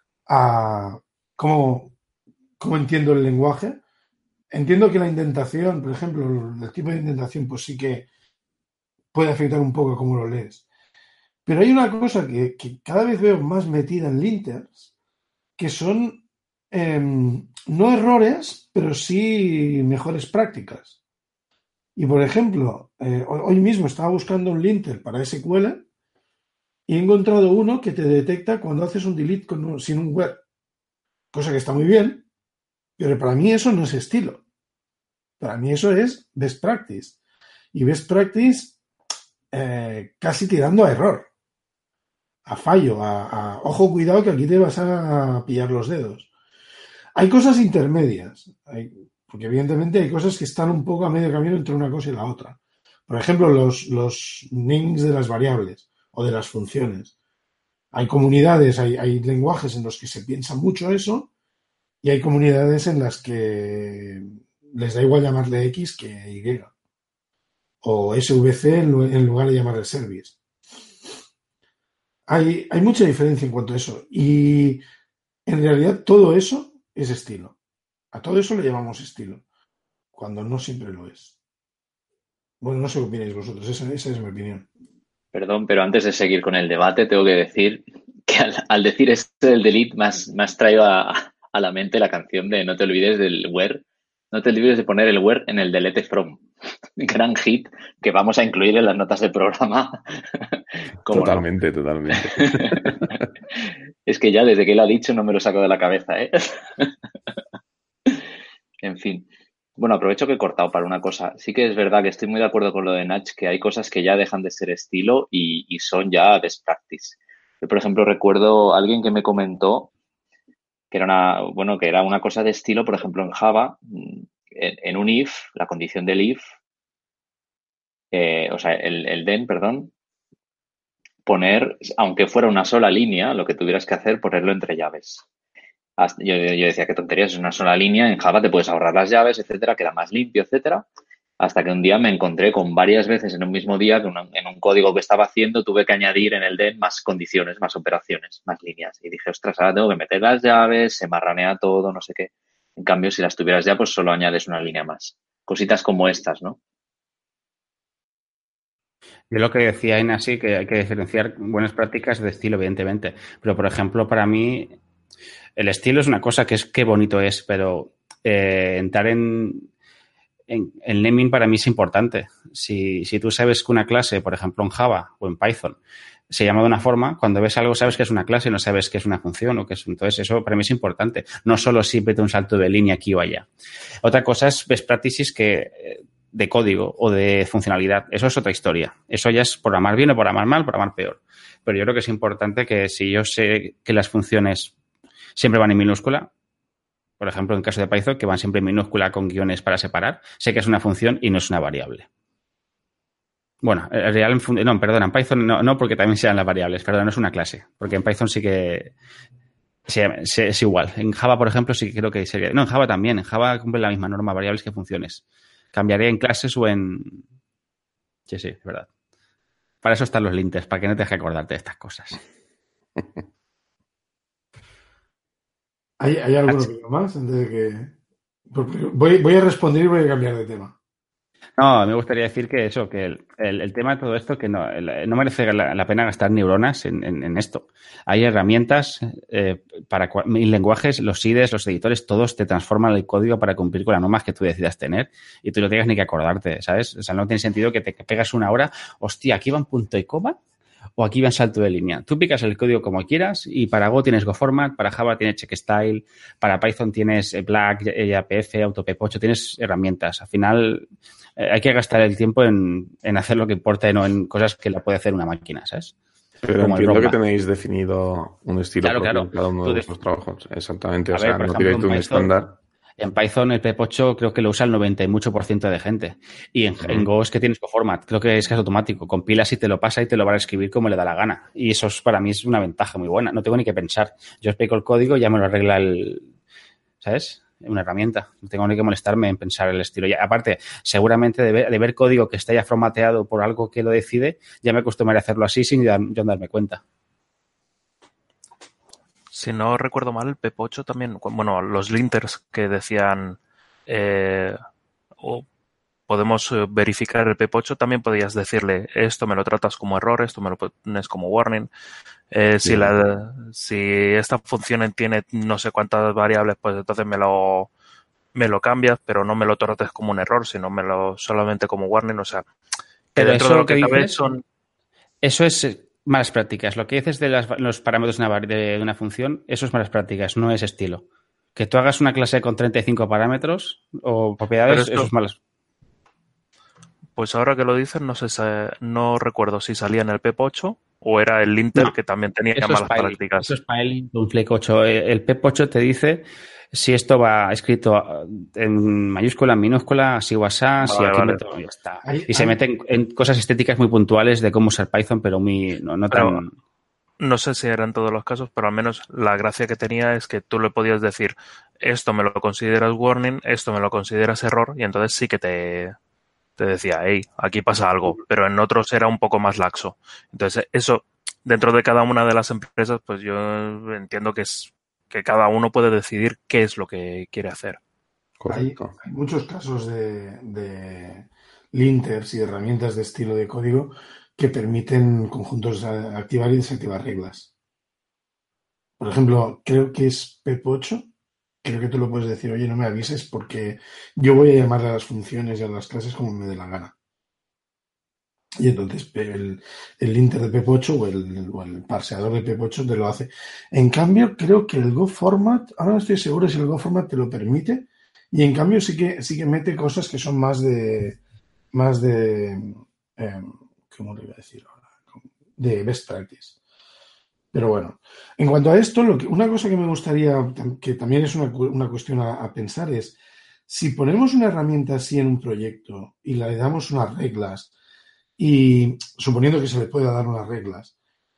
S5: a cómo, cómo entiendo el lenguaje. Entiendo que la indentación, por ejemplo, el tipo de indentación, pues sí que puede afectar un poco a cómo lo lees. Pero hay una cosa que, que cada vez veo más metida en linters, que son eh, no errores, pero sí mejores prácticas. Y por ejemplo, eh, hoy mismo estaba buscando un linter para S Q L y he encontrado uno que te detecta cuando haces un delete con un, sin un where. Cosa que está muy bien, pero para mí eso no es estilo. Para mí eso es best practice. Y best practice eh, casi tirando a error, a fallo, a, a ojo, cuidado que aquí te vas a pillar los dedos. Hay cosas intermedias, hay, porque evidentemente hay cosas que están un poco a medio camino entre una cosa y la otra. Por ejemplo, los, los names de las variables o de las funciones. Hay comunidades, hay, hay lenguajes en los que se piensa mucho eso y hay comunidades en las que les da igual llamarle X que Y. O S V C en lugar de llamarle service. hay, hay mucha diferencia en cuanto a eso. Y en realidad todo eso es estilo. A todo eso le llamamos estilo, cuando no siempre lo es. Bueno, no sé qué opináis vosotros, esa, esa es mi opinión.
S1: Perdón, pero antes de seguir con el debate, tengo que decir que al, al decir esto del delete, más, más traigo a, a la mente la canción de No te olvides del where. No te olvides de poner el where en el delete from. Gran hit que vamos a incluir en las notas del programa.
S2: Totalmente, no? totalmente.
S1: Es que ya desde que él ha dicho no me lo saco de la cabeza, ¿eh? En fin. Bueno, aprovecho que he cortado para una cosa. Sí que es verdad que estoy muy de acuerdo con lo de Nach, que hay cosas que ya dejan de ser estilo y, y son ya best practice. Yo, por ejemplo, recuerdo a alguien que me comentó que era una, bueno, que era una cosa de estilo, por ejemplo, en Java, en, en un if, la condición del if, eh, o sea, el, el then, perdón, poner, aunque fuera una sola línea, lo que tuvieras que hacer, ponerlo entre llaves. Yo, yo decía, qué tonterías, es una sola línea, en Java te puedes ahorrar las llaves, etcétera, queda más limpio, etcétera. Hasta que un día me encontré con varias veces en un mismo día que una, en un código que estaba haciendo tuve que añadir en el then más condiciones, más operaciones, más líneas. Y dije, ostras, ahora tengo que meter las llaves, se marranea todo, no sé qué. En cambio, si las tuvieras ya, pues solo añades una línea más. Cositas como estas, ¿no?
S3: Yo lo que decía Aina, sí, que hay que diferenciar buenas prácticas de estilo, evidentemente. Pero, por ejemplo, para mí, el estilo es una cosa que es qué bonito es, pero eh, entrar en, en... El naming para mí es importante. Si, si tú sabes que una clase, por ejemplo, en Java o en Python, se llama de una forma, cuando ves algo sabes que es una clase, no sabes que es una función o que es... Entonces, eso para mí es importante. No solo siempre un salto de línea aquí o allá. Otra cosa es best practices que... de código o de funcionalidad. Eso es otra historia. Eso ya es programar bien o programar mal, programar peor. Pero yo creo que es importante que si yo sé que las funciones siempre van en minúscula, por ejemplo, en el caso de Python, que van siempre en minúscula con guiones para separar, sé que es una función y no es una variable. Bueno, el real, no, perdón, en Python no, no porque también sean las variables, perdón, no es una clase, porque en Python sí que es igual. En Java, por ejemplo, sí que creo que sería... No, en Java también. En Java cumple la misma norma variables que funciones. Cambiaría en clases o en... Sí, sí, es verdad. Para eso están los linters, para que no te dejes acordarte de estas cosas.
S5: ¿Hay, hay alguno que más antes de que...? Voy, voy a responder y voy a cambiar de tema.
S3: No, me gustaría decir que eso, que el, el, el tema de todo esto, que no, el, no merece la, la pena gastar neuronas en, en, en esto. Hay herramientas eh, para mil lenguajes, los I D Es, los editores, todos te transforman el código para cumplir con las normas que tú decidas tener y tú no tienes ni que acordarte, ¿sabes? O sea, no tiene sentido que te pegas una hora, hostia, aquí va un punto y coma o aquí va en salto de línea. Tú picas el código como quieras y para Go tienes GoFormat, para Java tienes CheckStyle, para Python tienes Black, A P F, AutoPepocho, tienes herramientas. Al final eh, hay que gastar el tiempo en, en hacer lo que importa y no en cosas que la puede hacer una máquina, ¿sabes?
S2: Pero como entiendo que tenéis definido un estilo
S3: claro,
S2: propio
S3: claro.
S2: en cada uno de vuestros trabajos. Exactamente. A o
S3: ver,
S2: sea, no
S3: ejemplo,
S2: tiráis de un
S3: Python,
S2: estándar.
S3: En Python el Pepocho creo que lo usa el noventa y mucho por ciento de gente. Y en, uh-huh. en Go es que tienes coformat. Creo que es que es automático. Compilas y te lo pasa y te lo va a escribir como le da la gana. Y eso es, para mí es una ventaja muy buena. No tengo ni que pensar. Yo explico el código y ya me lo arregla el... ¿Sabes? Una herramienta. No tengo ni que molestarme en pensar el estilo. Y aparte, seguramente de ver, de ver código que está ya formateado por algo que lo decide, ya me acostumbraré a hacerlo así sin yo darme cuenta.
S4: Si no recuerdo mal, el Pepocho también, bueno, los linters que decían eh, o podemos verificar el Pepocho, también podías decirle esto me lo tratas como error, esto me lo pones como warning. Eh, si, la, si esta función tiene no sé cuántas variables, pues entonces me lo me lo cambias, pero no me lo trates como un error, sino me lo solamente como warning. O sea, que
S3: pero
S4: dentro
S3: eso
S4: de lo que,
S3: que
S4: cabe
S3: dices,
S4: son...
S3: Eso es malas prácticas. Lo que dices de las, los parámetros de una, de una función, eso es malas prácticas, no es estilo. Que tú hagas una clase con treinta y cinco parámetros o propiedades, esto, eso es malas.
S4: Pues ahora que lo dices, no sé, no recuerdo si salía en el Pepocho o era el linter no, que también tenía malas
S3: es
S4: prácticas.
S3: Eso es Python, un Flake ocho. El Pepocho te dice si esto va escrito en mayúscula, en minúscula, así o así, vale, si aquí vale. meto, ya está. Ahí, y ahí. Se meten en cosas estéticas muy puntuales de cómo usar Python, pero muy no, no
S4: pero,
S3: tan...
S4: No sé si eran todos los casos, pero al menos la gracia que tenía es que tú le podías decir esto me lo consideras warning, esto me lo consideras error, y entonces sí que te, te decía, hey, aquí pasa algo, pero en otros era un poco más laxo. Entonces eso dentro de cada una de las empresas, pues yo entiendo que es que cada uno puede decidir qué es lo que quiere hacer.
S5: Hay, hay muchos casos de, de linters y herramientas de estilo de código que permiten conjuntos activar y desactivar reglas. Por ejemplo, creo que es P E P ocho. Creo que tú lo puedes decir, oye, no me avises porque yo voy a llamar a las funciones y a las clases como me dé la gana. Y entonces el, el linter de P E P ocho o el, o el parseador de P E P ocho te lo hace. En cambio, creo que el GoFormat, ahora no estoy seguro si el GoFormat te lo permite, y en cambio sí que sí que mete cosas que son más de más de eh, ¿cómo lo iba a decir ahora? De best practice. Pero bueno, en cuanto a esto, lo que, una cosa que me gustaría, que también es una, una cuestión a, a pensar es, si ponemos una herramienta así en un proyecto y le damos unas reglas, y suponiendo que se le pueda dar unas reglas,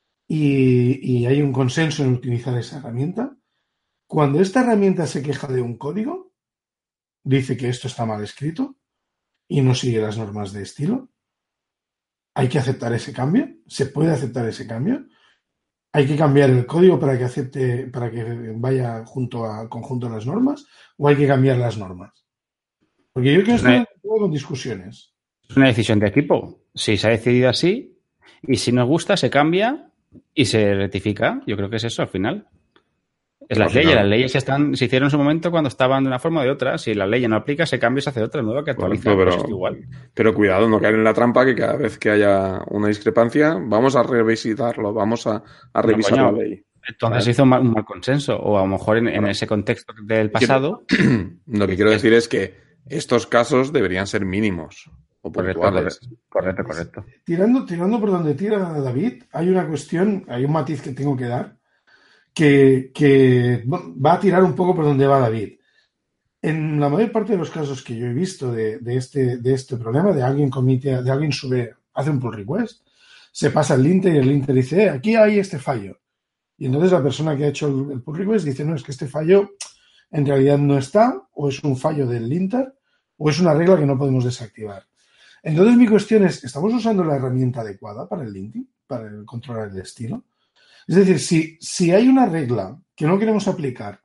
S5: y, y hay un consenso en utilizar esa herramienta, cuando esta herramienta se queja de un código, dice que esto está mal escrito y no sigue las normas de estilo, ¿hay que aceptar ese cambio? ¿Se puede aceptar ese cambio? ¿Hay que cambiar el código para que acepte, para que vaya junto a conjunto a las normas? ¿O hay que cambiar las normas? Porque yo creo que esto es con discusiones.
S3: Es una decisión de equipo. Si se ha decidido así y si nos gusta, se cambia y se rectifica. Yo creo que es eso al final. Es las leyes. Las leyes se, están, se hicieron en su momento cuando estaban de una forma o de otra. Si la ley no aplica, se cambia y se hace otra nueva que actualiza.
S2: Bueno, pero,
S3: pues igual.
S2: pero cuidado, no caer en la trampa que cada vez que haya una discrepancia, vamos a revisitarlo, vamos a, a revisar
S3: no,
S2: la ley.
S3: Entonces se hizo un mal, un mal consenso. O a lo mejor en, en ese contexto del pasado.
S2: Lo que quiero decir es que estos casos deberían ser mínimos o puntuales.
S3: Correcto, correcto, correcto.
S5: Tirando, tirando por donde tira David, hay una cuestión, hay un matiz que tengo que dar, que, que va a tirar un poco por donde va David. En la mayor parte de los casos que yo he visto de, de, este, de este problema, de alguien comite, de alguien sube, hace un pull request, se pasa el linter y el linter dice, eh, aquí hay este fallo. Y entonces la persona que ha hecho el, el pull request dice, no, es que este fallo en realidad no está, o es un fallo del linter, o es una regla que no podemos desactivar. Entonces mi cuestión es, ¿estamos usando la herramienta adecuada para el linting, para controlar el estilo? Es decir, si, si hay una regla que no queremos aplicar,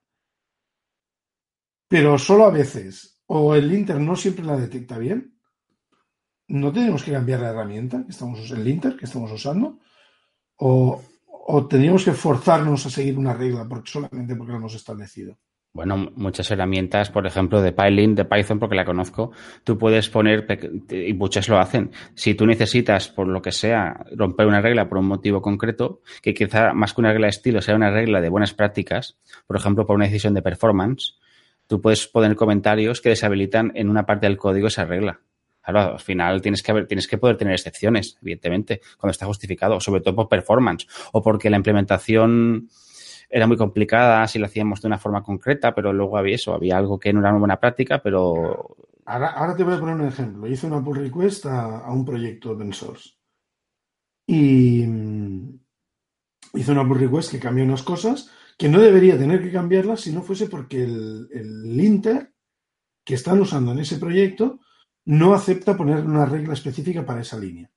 S5: pero solo a veces, o el linter no siempre la detecta bien, ¿no tenemos que cambiar la herramienta que estamos usando, el linter que estamos usando? ¿O, o tendríamos que forzarnos a seguir una regla porque, solamente porque la hemos establecido?
S3: Bueno, muchas herramientas, por ejemplo, de Pylint, de Python, porque la conozco, tú puedes poner, y muchas lo hacen, si tú necesitas, por lo que sea, romper una regla por un motivo concreto, que quizá más que una regla de estilo sea una regla de buenas prácticas, por ejemplo, por una decisión de performance, tú puedes poner comentarios que deshabilitan en una parte del código esa regla. Claro, al final tienes que, haber, tienes que poder tener excepciones, evidentemente, cuando está justificado, sobre todo por performance, o porque la implementación era muy complicada si lo hacíamos de una forma concreta, pero luego había eso, había algo que no era una buena práctica, pero...
S5: Ahora, ahora te voy a poner un ejemplo. Hice una pull request a, a un proyecto open source. Y mmm, hice una pull request que cambió unas cosas que no debería tener que cambiarlas si no fuese porque el, el linter que están usando en ese proyecto no acepta poner una regla específica para esa línea.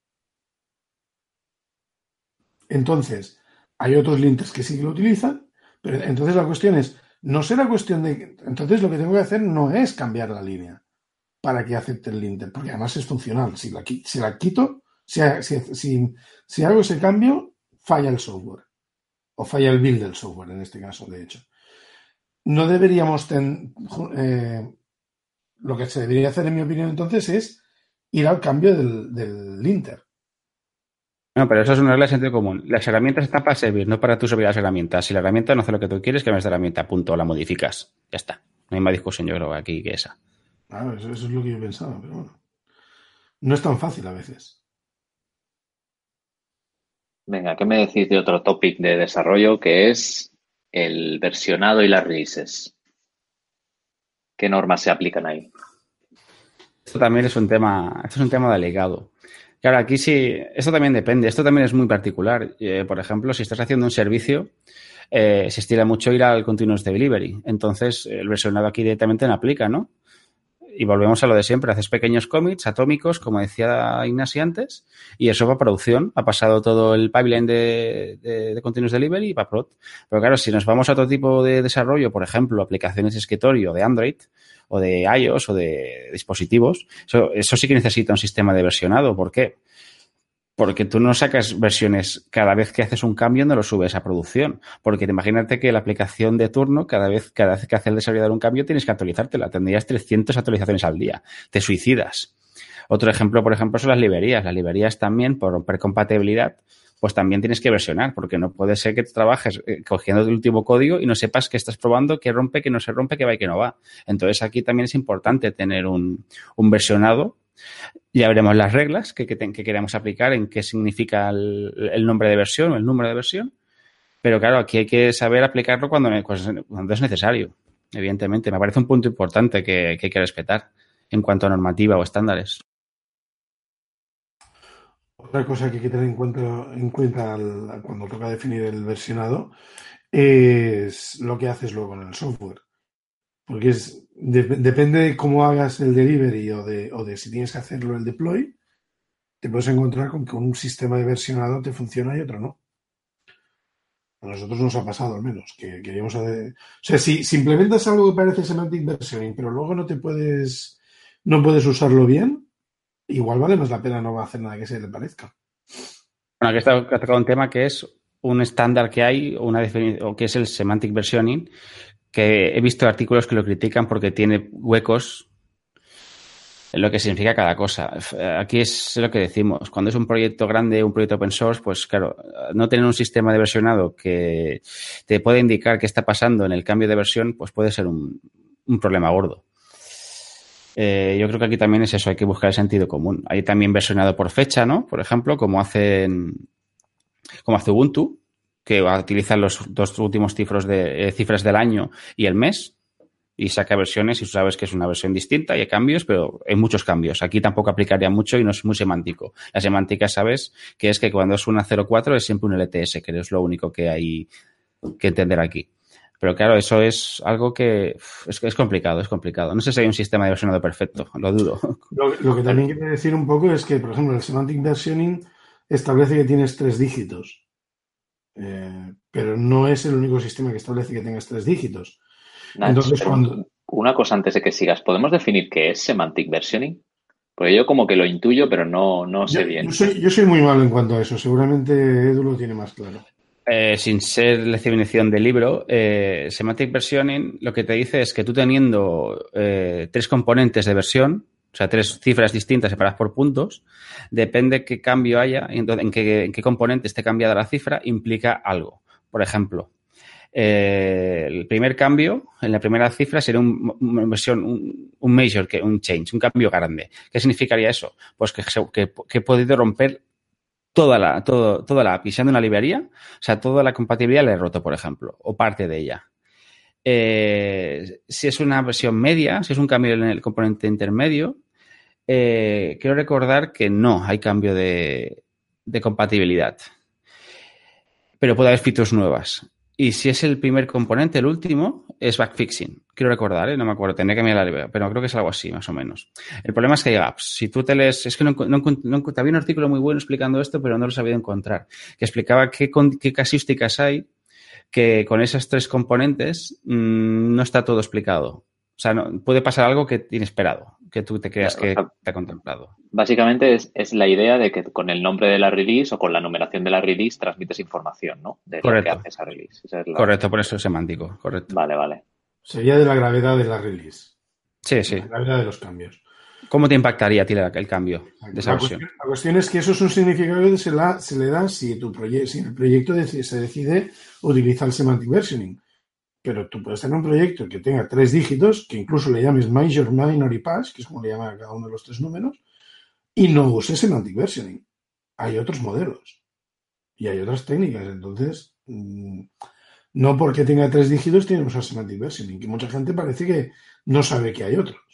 S5: Entonces, hay otros linters que sí que lo utilizan, pero entonces la cuestión es, no será cuestión de... Entonces lo que tengo que hacer no es cambiar la línea para que acepte el linter, porque además es funcional. Si la, si la quito, si, si, si, si hago ese cambio, falla el software. O falla el build del software, en este caso, de hecho. No deberíamos... Ten, eh, lo que se debería hacer, en mi opinión, entonces, es ir al cambio del, del linter.
S3: No, pero eso es una regla de sentido común. Las herramientas están para servir, no para tú subir las herramientas. Si la herramienta no hace lo que tú quieres, cambias de herramienta, punto, la modificas. Ya está. No hay más discusión, yo creo, aquí que esa.
S5: Claro, eso, eso es lo que yo pensaba, pero bueno. No es tan fácil a veces.
S1: Venga, ¿qué me decís de otro topic de desarrollo que es el versionado y las releases? ¿Qué normas se aplican ahí?
S3: Esto también es un tema, esto es un tema delicado. Claro, aquí sí, esto también depende, esto también es muy particular. Eh, por ejemplo, si estás haciendo un servicio, eh, se estila mucho ir al continuous delivery. Entonces, el versionado aquí directamente no aplica, ¿no? y volvemos a lo de siempre, haces pequeños commits atómicos, como decía Ignasi antes, y eso va a producción, ha pasado todo el pipeline de, de, de Continuous Delivery y va a prod. Pero claro, si nos vamos a otro tipo de desarrollo, por ejemplo, aplicaciones de escritorio de Android o de iOS o de dispositivos, eso, eso sí que necesita un sistema de versionado. ¿Por qué? Porque tú no sacas versiones cada vez que haces un cambio, no lo subes a producción. Porque imagínate que la aplicación de turno, cada vez, cada vez que hace el desarrollador un cambio, tienes que actualizártela. Tendrías trescientas actualizaciones al día. Te suicidas. Otro ejemplo, por ejemplo, son las librerías. Las librerías también, por romper compatibilidad, pues también tienes que versionar, porque no puede ser que trabajes cogiendo el último código y no sepas qué estás probando, qué rompe, qué no se rompe, qué va y qué no va. Entonces, aquí también es importante tener un, un versionado. Ya veremos las reglas que, que, que queremos aplicar, en qué significa el, el nombre de versión o el número de versión. Pero claro, aquí hay que saber aplicarlo cuando, cuando es necesario. Evidentemente, me parece un punto importante que, que hay que respetar en cuanto a normativa o estándares.
S5: Otra cosa que hay que tener en cuenta, en cuenta al, cuando toca definir el versionado es lo que haces luego en el software. Porque es, de, depende de cómo hagas el delivery o de, o de si tienes que hacerlo el deploy, te puedes encontrar con que un sistema de versionado te funciona y otro no. A nosotros nos ha pasado al menos, que queríamos hacer... O sea, si, si implementas algo que parece semantic versioning, pero luego no te puedes, no puedes usarlo bien, igual vale más la pena no hacer nada que se le parezca.
S3: Bueno, aquí está tocado un tema que es un estándar que hay, una definición, o que es el semantic versioning, que he visto artículos que lo critican porque tiene huecos en lo que significa cada cosa. Aquí es lo que decimos. Cuando es un proyecto grande, un proyecto open source, pues claro, no tener un sistema de versionado que te pueda indicar qué está pasando en el cambio de versión, pues puede ser un, un problema gordo. Eh, yo creo que aquí también es eso, hay que buscar el sentido común. Hay también versionado por fecha, ¿no? Por ejemplo, como hacen, como hace Ubuntu, que utilizan los dos últimos cifros de, eh, cifras del año y el mes y saca versiones y tú sabes que es una versión distinta y hay cambios, pero hay muchos cambios. Aquí tampoco aplicaría mucho y no es muy semántico. La semántica, sabes, que es que cuando es una cero cuatro es siempre un L T S, que es lo único que hay que entender aquí. Pero claro, eso es algo que es, es complicado, es complicado. No sé si hay un sistema de versionado perfecto, lo dudo.
S5: Lo, lo que también quiere decir un poco es que, por ejemplo, el semantic versioning establece que tienes tres dígitos, eh, pero no es el único sistema que establece que tengas tres dígitos.
S1: Nach,
S5: Entonces, cuando...
S1: Una cosa antes de que sigas, ¿podemos definir qué es semantic versioning? Porque yo como que lo intuyo, pero no, no sé
S5: yo,
S1: bien.
S5: Yo soy, yo soy muy malo en cuanto a eso. Seguramente Edu lo tiene más claro.
S3: Eh, sin ser la definición del libro, eh, semantic versioning lo que te dice es que tú teniendo eh, tres componentes de versión, o sea, tres cifras distintas separadas por puntos, depende qué cambio haya, en, en, qué, en qué componente esté cambiada la cifra, implica algo. Por ejemplo, eh, el primer cambio en la primera cifra sería un, una versión, un, un major, que, un change, un cambio grande. ¿Qué significaría eso? Pues que, que, que he podido romper toda la, todo, toda la A P I, siendo una librería, o sea, toda la compatibilidad la he roto, por ejemplo, o parte de ella. Eh, si es una versión media, si es un cambio en el componente intermedio, eh, quiero recordar que no hay cambio de, de compatibilidad. Pero puede haber features nuevas. Y si es el primer componente, el último, es backfixing. Quiero recordar, ¿eh? No me acuerdo, tendré que mirar la librería, pero creo que es algo así, más o menos. El problema es que hay gaps. Si tú te lees... Es que no, no, no, había un artículo muy bueno explicando esto, pero no lo sabía encontrar. Que explicaba qué, qué casuísticas hay que con esas tres componentes mmm, no está todo explicado. O sea, no, puede pasar algo que inesperado, que tú te creas que te ha contemplado.
S1: Básicamente es, es la idea de que con el nombre de la release o con la numeración de la release transmites información, ¿no? De
S3: correcto.
S1: lo que hace esa release. Esa es la...
S3: Correcto, por eso es semántico, correcto.
S1: Vale, vale.
S5: Sería de la gravedad de la release.
S3: Sí, sí.
S5: La gravedad de los cambios.
S3: ¿Cómo te impactaría a ti el cambio de esa
S5: la
S3: versión?
S5: Cuestión, la cuestión es que eso es un significado que se, la, se le da si, tu proye si el proyecto decide, se decide utilizar el semantic versioning. Pero tú puedes tener un proyecto que tenga tres dígitos, que incluso le llames major, minor y pass, que es como le llaman a cada uno de los tres números, y no use semantic versioning. Hay otros modelos y hay otras técnicas. Entonces, mmm, no porque tenga tres dígitos tiene que usar semantic versioning, que mucha gente parece que no sabe que hay otros.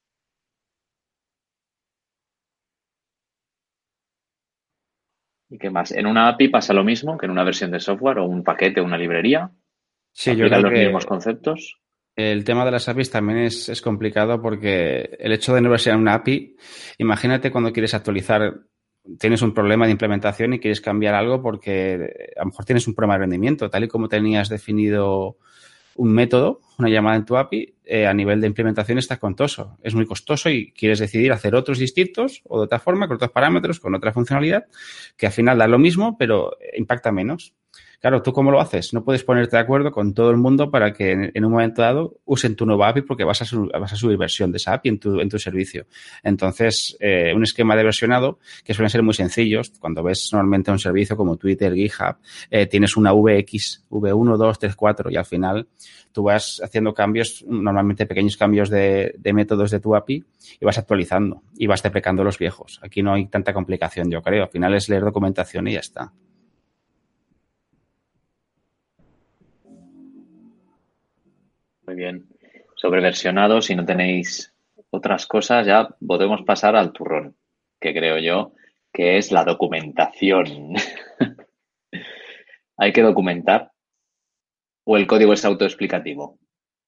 S1: ¿Y qué más? ¿En una A P I pasa lo mismo que en una versión de software o un paquete o una librería?
S3: Sí, yo creo
S1: los
S3: que
S1: mismos conceptos?
S3: El tema de las A P Is también es, es complicado porque el hecho de no versionar una A P I, imagínate cuando quieres actualizar, tienes un problema de implementación y quieres cambiar algo porque a lo mejor tienes un problema de rendimiento, tal y como tenías definido un método, una llamada en tu A P I, eh, a nivel de implementación está costoso. Es muy costoso y quieres decidir hacer otros distintos o de otra forma, con otros parámetros, con otra funcionalidad, que al final da lo mismo, pero impacta menos. Claro, ¿tú cómo lo haces? No puedes ponerte de acuerdo con todo el mundo para que en, en un momento dado usen tu nueva A P I porque vas a, su, vas a subir versión de esa A P I en tu, en tu servicio. Entonces, eh, un esquema de versionado que suelen ser muy sencillos. Cuando ves normalmente un servicio como Twitter, GitHub, eh, tienes una V X, V uno, dos, tres, cuatro y al final tú vas haciendo cambios, normalmente pequeños cambios de, de métodos de tu A P I y vas actualizando y vas deprecando los viejos. Aquí no hay tanta complicación, yo creo. Al final es leer documentación y ya está.
S1: Muy bien. Sobre versionado, si no tenéis otras cosas, ya podemos pasar al turrón, que creo yo que es la documentación. ¿Hay que documentar o el código es autoexplicativo?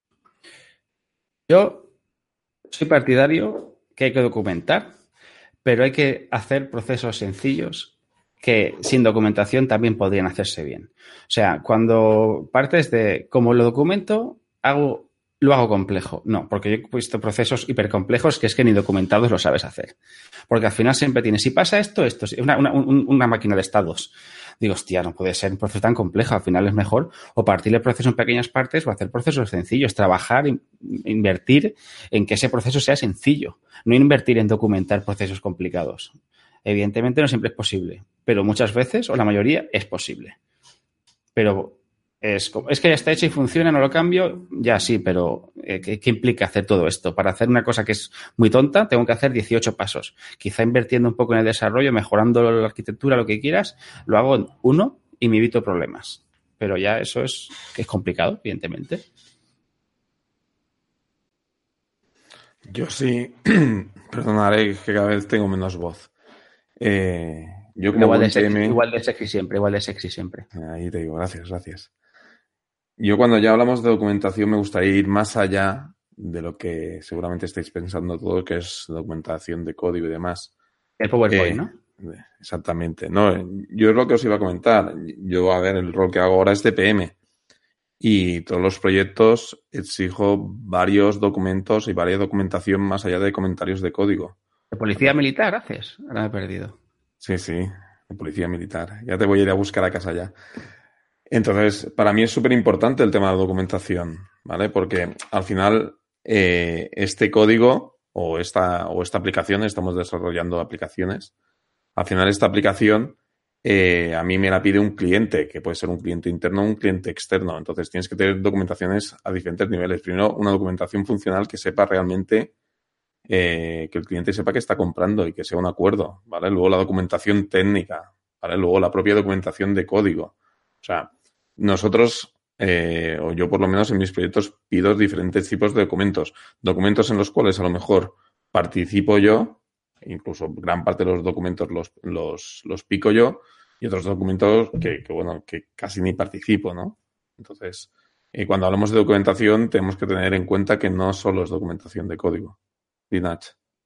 S3: Yo soy partidario que hay que documentar, pero hay que hacer procesos sencillos que sin documentación también podrían hacerse bien. O sea, cuando partes de cómo lo documento, hago, lo hago complejo. No, porque yo he visto procesos hipercomplejos que es que ni documentados lo sabes hacer. Porque al final siempre tienes, si pasa esto, esto, una, una, una máquina de estados. Digo, hostia, no puede ser un proceso tan complejo. Al final es mejor o partir el proceso en pequeñas partes o hacer procesos sencillos. Trabajar, invertir en que ese proceso sea sencillo. No invertir en documentar procesos complicados. Evidentemente no siempre es posible, pero muchas veces, o la mayoría, es posible. Pero es, es que ya está hecho y funciona, no lo cambio, ya sí, pero eh, ¿qué, ¿qué implica hacer todo esto? Para hacer una cosa que es muy tonta, tengo que hacer dieciocho pasos. Quizá invirtiendo un poco en el desarrollo, mejorando la arquitectura, lo que quieras, lo hago en uno y me evito problemas. Pero ya eso es, que es complicado, evidentemente.
S2: Yo sí, perdonaré que cada vez tengo menos voz. Eh, yo como
S3: igual,
S2: buen
S3: de sexy,
S2: P M,
S3: igual de sexy siempre, igual de sexy siempre.
S2: Ahí te digo, gracias, gracias. Yo cuando ya hablamos de documentación me gustaría ir más allá de lo que seguramente estáis pensando todo, que es documentación de código y demás.
S3: El PowerPoint,
S2: eh,
S3: ¿no?
S2: Exactamente. No, yo es lo que os iba a comentar. Yo, a ver, el rol que hago ahora es de P M. Y todos los proyectos exijo varios documentos y varias documentación más allá de comentarios de código.
S3: ¿De policía militar haces? Ahora me he perdido.
S2: Sí, sí, de policía militar. Ya te voy a ir a buscar a casa ya. Entonces, para mí es súper importante el tema de la documentación, ¿vale? Porque al final eh, este código o esta, o esta aplicación, estamos desarrollando aplicaciones, al final esta aplicación eh, a mí me la pide un cliente, que puede ser un cliente interno o un cliente externo. Entonces tienes que tener documentaciones a diferentes niveles. Primero, una documentación funcional que sepa realmente, eh, que el cliente sepa que está comprando y que sea un acuerdo, ¿vale? Luego la documentación técnica, ¿vale? Luego la propia documentación de código. O sea, nosotros, eh, o yo por lo menos en mis proyectos, pido diferentes tipos de documentos. Documentos en los cuales a lo mejor participo yo, incluso gran parte de los documentos los, los, los pico yo, y otros documentos que, que, bueno, que casi ni participo, ¿no? Entonces, eh, cuando hablamos de documentación, tenemos que tener en cuenta que no solo es documentación de código. Dinach.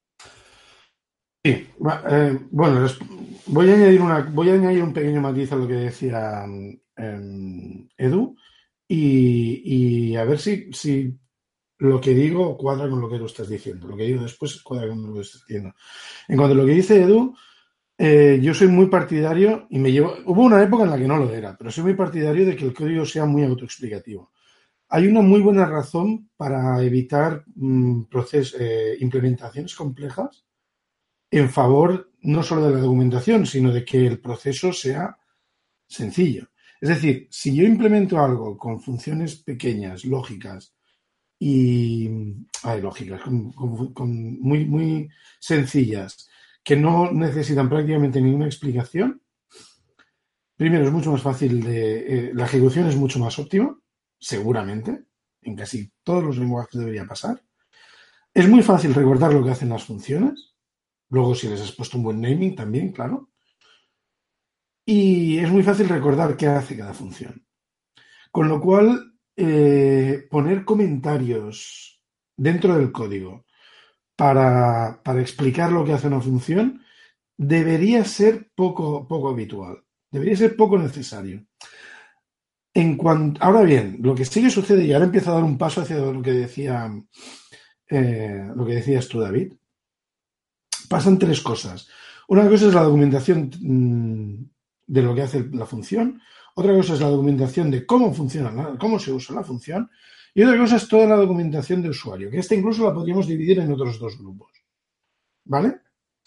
S5: Sí, eh, bueno, voy a añadir una, voy a añadir un pequeño matiz a lo que decía eh, Edu y, y a ver si, si lo que digo cuadra con lo que tú estás diciendo. Lo que digo después cuadra con lo que estás diciendo. En cuanto a lo que dice Edu, eh, yo soy muy partidario y me llevo. Hubo una época en la que no lo era, pero soy muy partidario de que el código sea muy autoexplicativo. Hay una muy buena razón para evitar mmm, proces, eh, implementaciones complejas en favor no solo de la documentación, sino de que el proceso sea sencillo. Es decir, si yo implemento algo con funciones pequeñas, lógicas y ay, lógicas, con, con, con muy, muy sencillas, que no necesitan prácticamente ninguna explicación, primero es mucho más fácil, de, eh, la ejecución es mucho más óptima, seguramente, en casi todos los lenguajes debería pasar. Es muy fácil recordar lo que hacen las funciones. Luego, si les has puesto un buen naming, también, claro. Y es muy fácil recordar qué hace cada función. Con lo cual, eh, poner comentarios dentro del código para, para explicar lo que hace una función debería ser poco, poco habitual, debería ser poco necesario. En cuanto, ahora bien, lo que sí que sucede, y ahora empiezo a dar un paso hacia lo que decía, eh, lo que decías tú, David, pasan tres cosas. Una cosa es la documentación mmm, de lo que hace la función, otra cosa es la documentación de cómo funciona, cómo se usa la función, y otra cosa es toda la documentación de usuario, que esta incluso la podríamos dividir en otros dos grupos. ¿Vale?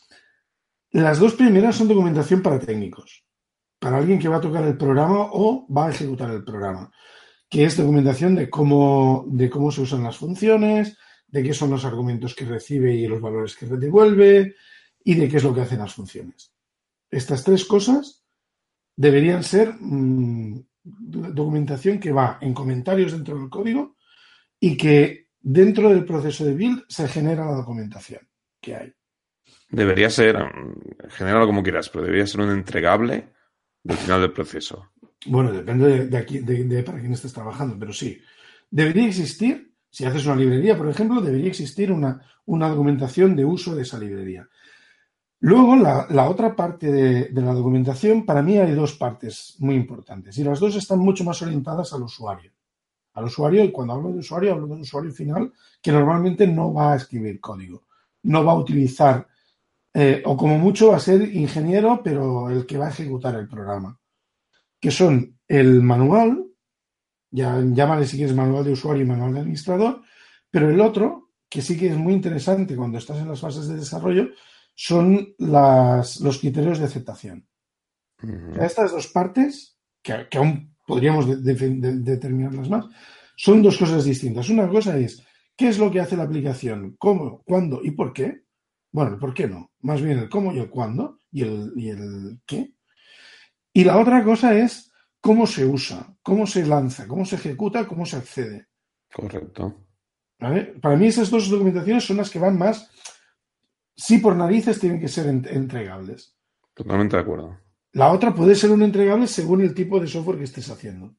S5: Las dos primeras son documentación para técnicos, para alguien que va a tocar el programa o va a ejecutar el programa, que es documentación de cómo, de cómo se usan las funciones, de qué son los argumentos que recibe y los valores que devuelve y de qué es lo que hacen las funciones. Estas tres cosas deberían ser mmm, documentación que va en comentarios dentro del código y que dentro del proceso de build se genera la documentación que hay.
S2: Debería ser, genéralo como quieras, pero debería ser un entregable del final del proceso.
S5: Bueno, depende de, de, aquí, de, de para quién estés trabajando, pero sí. Debería existir, si haces una librería, por ejemplo, debería existir una, una documentación de uso de esa librería. Luego, la, la otra parte de, de la documentación, para mí hay dos partes muy importantes y las dos están mucho más orientadas al usuario. Al usuario, y cuando hablo de usuario, hablo de un usuario final que normalmente no va a escribir código, no va a utilizar, eh, o como mucho va a ser ingeniero, pero el que va a ejecutar el programa, que son el manual, ya llámale si quieres manual de usuario y manual de administrador, pero el otro, que sí que es muy interesante cuando estás en las fases de desarrollo, son las, los criterios de aceptación. Uh-huh. O sea, estas dos partes, que, que aún podríamos de, de, de, determinarlas más, son dos cosas distintas. Una cosa es, ¿qué es lo que hace la aplicación? ¿Cómo? ¿Cuándo? ¿Y por qué? Bueno, el por qué no. Más bien el cómo y el cuándo y el, y el qué. Y la otra cosa es cómo se usa, cómo se lanza, cómo se ejecuta, cómo se accede.
S2: Correcto.
S5: ¿Vale? Para mí esas dos documentaciones son las que van más, sí por narices tienen que ser entregables.
S2: Totalmente de acuerdo.
S5: La otra puede ser un entregable según el tipo de software que estés haciendo.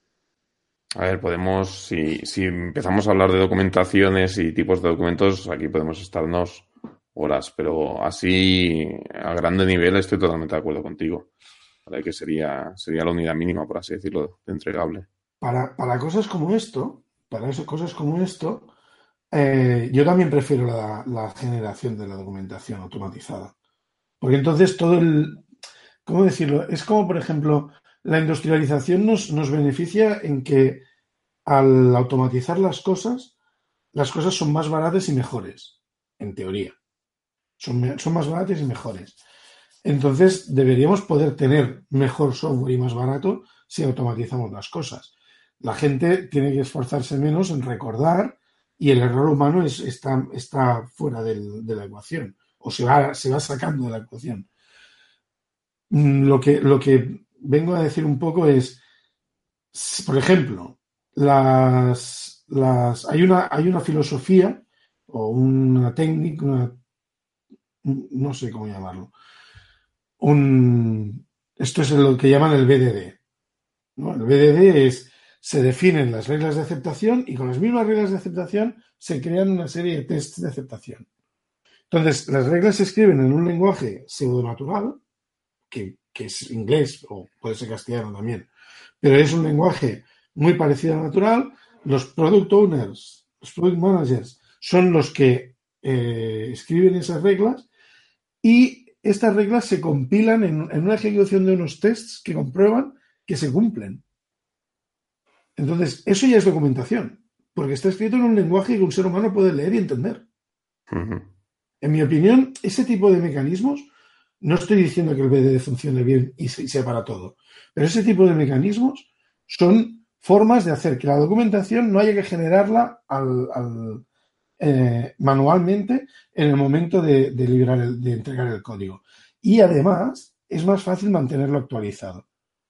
S2: A ver, podemos, si, si empezamos a hablar de documentaciones y tipos de documentos, aquí podemos estarnos horas, pero así a grande nivel estoy totalmente de acuerdo contigo. ¿Vale? Que sería, sería la unidad mínima, por así decirlo, de entregable.
S5: Para, para cosas como esto, para eso, cosas como esto, eh, yo también prefiero la, la generación de la documentación automatizada. Porque entonces todo el, ¿cómo decirlo? Es como, por ejemplo, la industrialización nos, nos beneficia en que al automatizar las cosas, las cosas son más baratas y mejores, en teoría. Son, son más baratas y mejores. Entonces, deberíamos poder tener mejor software y más barato si automatizamos las cosas. La gente tiene que esforzarse menos en recordar y el error humano es, está, está fuera del, de la ecuación o se va, se va sacando de la ecuación. Lo que, lo que vengo a decir un poco es, por ejemplo, las, las, hay, una, hay una filosofía o una técnica, una, no sé cómo llamarlo, un, esto es lo que llaman el B D D, ¿no? El B D D es, se definen las reglas de aceptación y con las mismas reglas de aceptación se crean una serie de tests de aceptación. Entonces, las reglas se escriben en un lenguaje pseudonatural, que, que es inglés o puede ser castellano también, pero es un lenguaje muy parecido al natural. Los product owners, los product managers, son los que eh, escriben esas reglas y estas reglas se compilan en, en una ejecución de unos tests que comprueban que se cumplen. Entonces, eso ya es documentación, porque está escrito en un lenguaje que un ser humano puede leer y entender.
S2: Uh-huh.
S5: En mi opinión, ese tipo de mecanismos, no estoy diciendo que el B D D funcione bien y sea para todo, pero ese tipo de mecanismos son formas de hacer que la documentación no haya que generarla al, al, eh, manualmente en el momento de, de, liberar el, de entregar el código. Y además, es más fácil mantenerlo actualizado.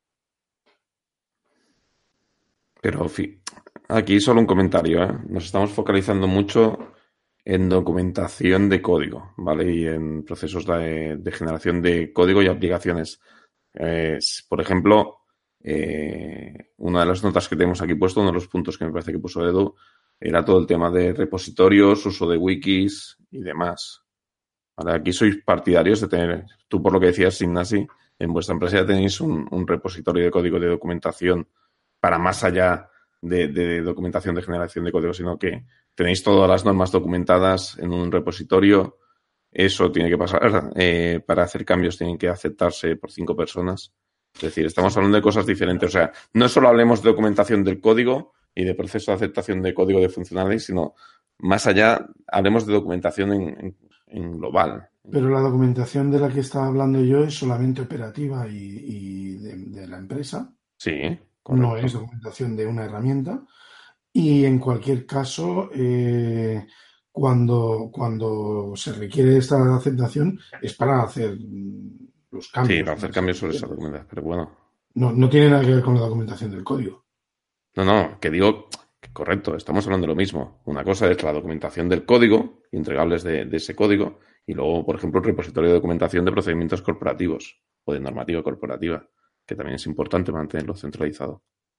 S2: Pero aquí solo un comentario, ¿eh? Nos estamos focalizando mucho en documentación de código, ¿vale? Y en procesos de, de generación de código y aplicaciones. Eh, por ejemplo, eh, una de las notas que tenemos aquí puesto, uno de los puntos que me parece que puso Edu, era todo el tema de repositorios, uso de wikis y demás. Vale, aquí sois partidarios de tener, tú por lo que decías, Ignasi, en vuestra empresa ya tenéis un, un repositorio de código de documentación para más allá de, de documentación de generación de código, sino que tenéis todas las normas documentadas en un repositorio. Eso tiene que pasar, eh, para hacer cambios tienen que aceptarse por cinco personas. Es decir, estamos hablando de cosas diferentes. O sea, no solo hablemos de documentación del código y de proceso de aceptación de código de funcionales, sino más allá, hablemos de documentación en, en, en global.
S5: Pero la documentación de la que estaba hablando yo es solamente operativa y, y de, de la empresa.
S2: Sí, correcto.
S5: No es documentación de una herramienta. Y en cualquier caso, eh, cuando, cuando se requiere esta aceptación es para hacer los cambios.
S2: Sí, para hacer cambios sobre esa documentación, pero bueno.
S5: No, no tiene nada que ver con la documentación del código.
S2: No, no, que digo, que correcto, estamos hablando de lo mismo. Una cosa es la documentación del código, entregables de, de ese código, y luego, por ejemplo, el repositorio de documentación de procedimientos corporativos o de normativa corporativa, que también es importante mantenerlo centralizado.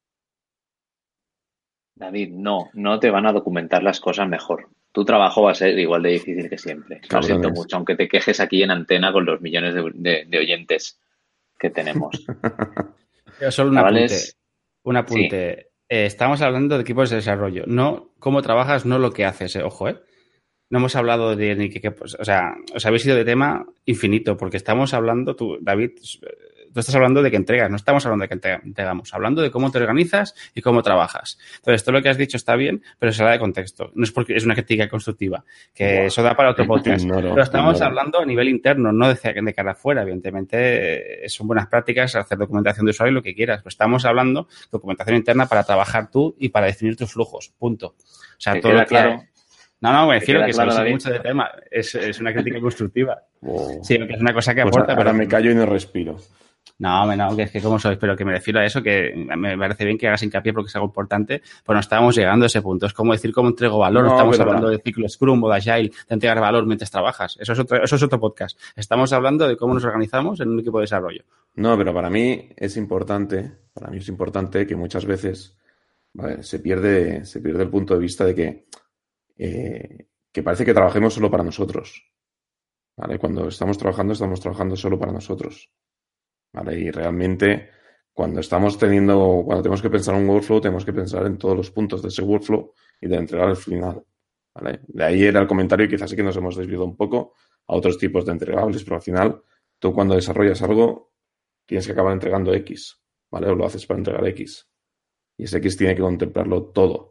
S1: David, no, no te van a documentar las cosas mejor. Tu trabajo va a ser igual de difícil que siempre. Lo
S2: Cabrones.
S1: siento mucho, aunque te quejes aquí en antena con los millones de, de, de oyentes que tenemos.
S3: Pero solo un
S1: Chavales,
S3: apunte. Un apunte. Sí. Eh, estamos hablando de equipos de desarrollo. No cómo trabajas, no lo que haces, eh, ojo, ¿eh? No hemos hablado de ni que, que pues, o sea, os habéis ido de tema infinito, porque estamos hablando, tú, David, tú estás hablando de que entregas, no estamos hablando de que entregamos, hablando de cómo te organizas y cómo trabajas. Entonces, todo lo que has dicho está bien, pero se da de contexto. No es porque es una crítica constructiva, que wow. Eso da para otro podcast. Ignoro, pero estamos ignoro. hablando a nivel interno, no de, de cara afuera. Evidentemente, eh, son buenas prácticas hacer documentación de usuario y lo que quieras, pero estamos hablando de documentación interna para trabajar tú y para definir tus flujos, punto. O sea, todo lo que...
S1: Claro.
S3: No, no, me refiero que claro, se mucho de tema. Es, es una crítica constructiva. Oh. Sí, que es una cosa que
S2: pues
S3: aporta.
S2: Ahora
S3: pero...
S2: me callo y no respiro.
S3: No, no, que es que como sois, pero que me refiero a eso, que me parece bien que hagas hincapié porque es algo importante, pues no estábamos llegando a ese punto. Es como decir cómo entrego valor. No, estamos hablando no. de ciclo Scrum o de Agile, de entregar valor mientras trabajas. Eso es otro, eso es otro podcast. Estamos hablando de cómo nos organizamos en un equipo de desarrollo.
S2: No, pero para mí es importante, para mí es importante que muchas veces, ¿vale? se pierde, se pierde el punto de vista de que Eh, que parece que trabajemos solo para nosotros, ¿vale? Cuando estamos trabajando, estamos trabajando solo para nosotros, ¿vale? Y realmente, cuando estamos teniendo, cuando tenemos que pensar un workflow, tenemos que pensar en todos los puntos de ese workflow y de entregar al final, ¿vale? De ahí era el comentario y quizás sí que nos hemos desviado un poco a otros tipos de entregables, pero al final, tú cuando desarrollas algo, tienes que acabar entregando X, ¿vale? O lo haces para entregar X. Y ese X tiene que contemplarlo todo.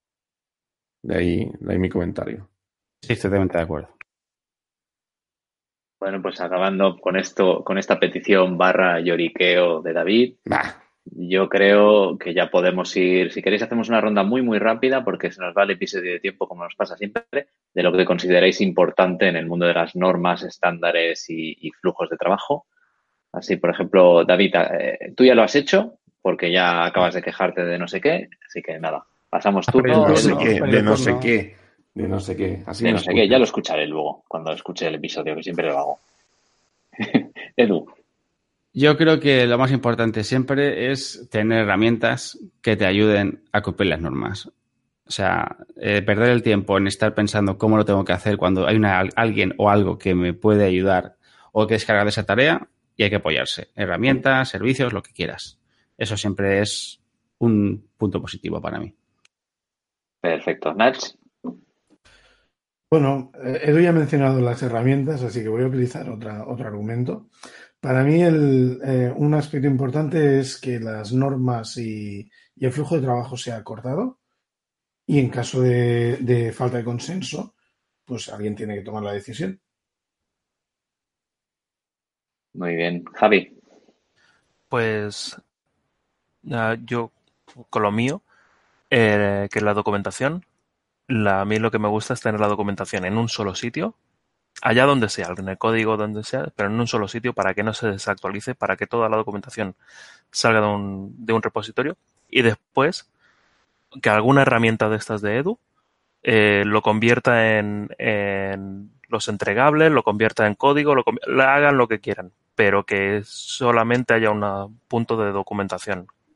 S2: De ahí, de ahí mi comentario.
S3: Sí, totalmente de acuerdo.
S1: Bueno, pues acabando con esto, con esta petición barra lloriqueo de David,
S2: bah.
S1: yo creo que ya podemos ir, si queréis hacemos una ronda muy muy rápida porque se nos va el episodio de tiempo como nos pasa siempre, de lo que consideráis importante en el mundo de las normas, estándares y, y flujos de trabajo. Así, por ejemplo, David, eh, tú ya lo has hecho porque ya acabas de quejarte de no sé qué, así que nada. Pasamos turno.
S2: De no sé qué, de no sé qué, de no sé qué. Así
S1: de no sé qué, ya lo escucharé luego, cuando escuche el episodio, que siempre lo hago. Edu.
S3: Yo creo que lo más importante siempre es tener herramientas que te ayuden a cumplir las normas. O sea, eh, perder el tiempo en estar pensando cómo lo tengo que hacer cuando hay una, alguien o algo que me puede ayudar o que descargar de esa tarea y hay que apoyarse. Herramientas, servicios, lo que quieras. Eso siempre es un punto positivo para mí.
S1: Perfecto. Nach.
S5: Bueno, Edu ya ha mencionado las herramientas, así que voy a utilizar otra, otro argumento. Para mí el, eh, un aspecto importante es que las normas y, y el flujo de trabajo sea acordado y en caso de, de falta de consenso, pues alguien tiene que tomar la decisión.
S1: Muy bien. Javi.
S4: Pues uh, yo, con lo mío, Eh, que la documentación, la, a mí lo que me gusta es tener la documentación en un solo sitio, allá donde sea, en el código donde sea, pero en un solo sitio para que no se desactualice, para que toda la documentación salga de un, de un repositorio y después que alguna herramienta de estas de Edu eh, lo convierta en, en los entregables, lo convierta en código, lo hagan lo que quieran, pero que solamente haya un punto de documentación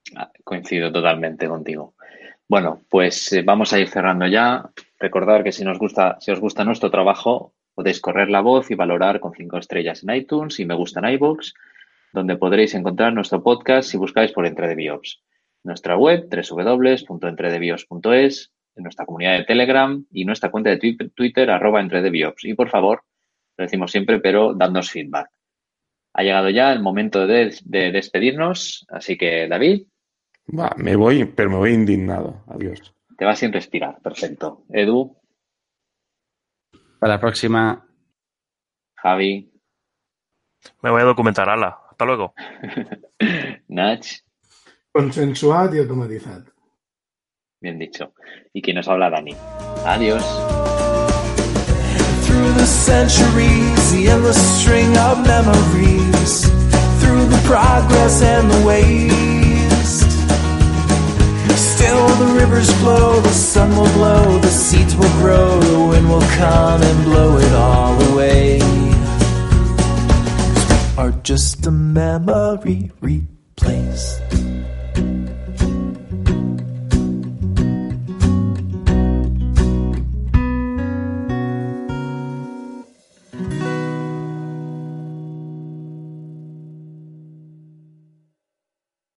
S1: Coincido totalmente contigo. Bueno, pues eh, vamos a ir cerrando ya. Recordad que si nos gusta, si os gusta nuestro trabajo, podéis correr la voz y valorar con cinco estrellas en iTunes y me gusta en iVoox, donde podréis encontrar nuestro podcast si buscáis por EntredeBiops. Nuestra web, doble u doble u doble u punto entredebios punto es, en nuestra comunidad de Telegram y nuestra cuenta de Twitter, Twitter arroba entredebiops. Y por favor, lo decimos siempre, pero dadnos feedback. Ha llegado ya el momento de, de despedirnos, así que David.
S2: Va, me voy, pero me voy indignado. Adiós.
S1: Te vas sin respirar. Perfecto. Edu.
S3: Para la próxima.
S1: Javi.
S4: Me voy a documentar. Ala. Hasta luego.
S1: Nach.
S5: Consensuat y automatizat.
S1: Bien dicho. Y quien nos habla, Dani. Adiós.
S6: Through the centuries, the endless string of memories, through the progress and the waste, still the rivers flow, the sun will blow, the seeds will grow, the wind will come and blow it all away. 'Cause we are just a memory replaced.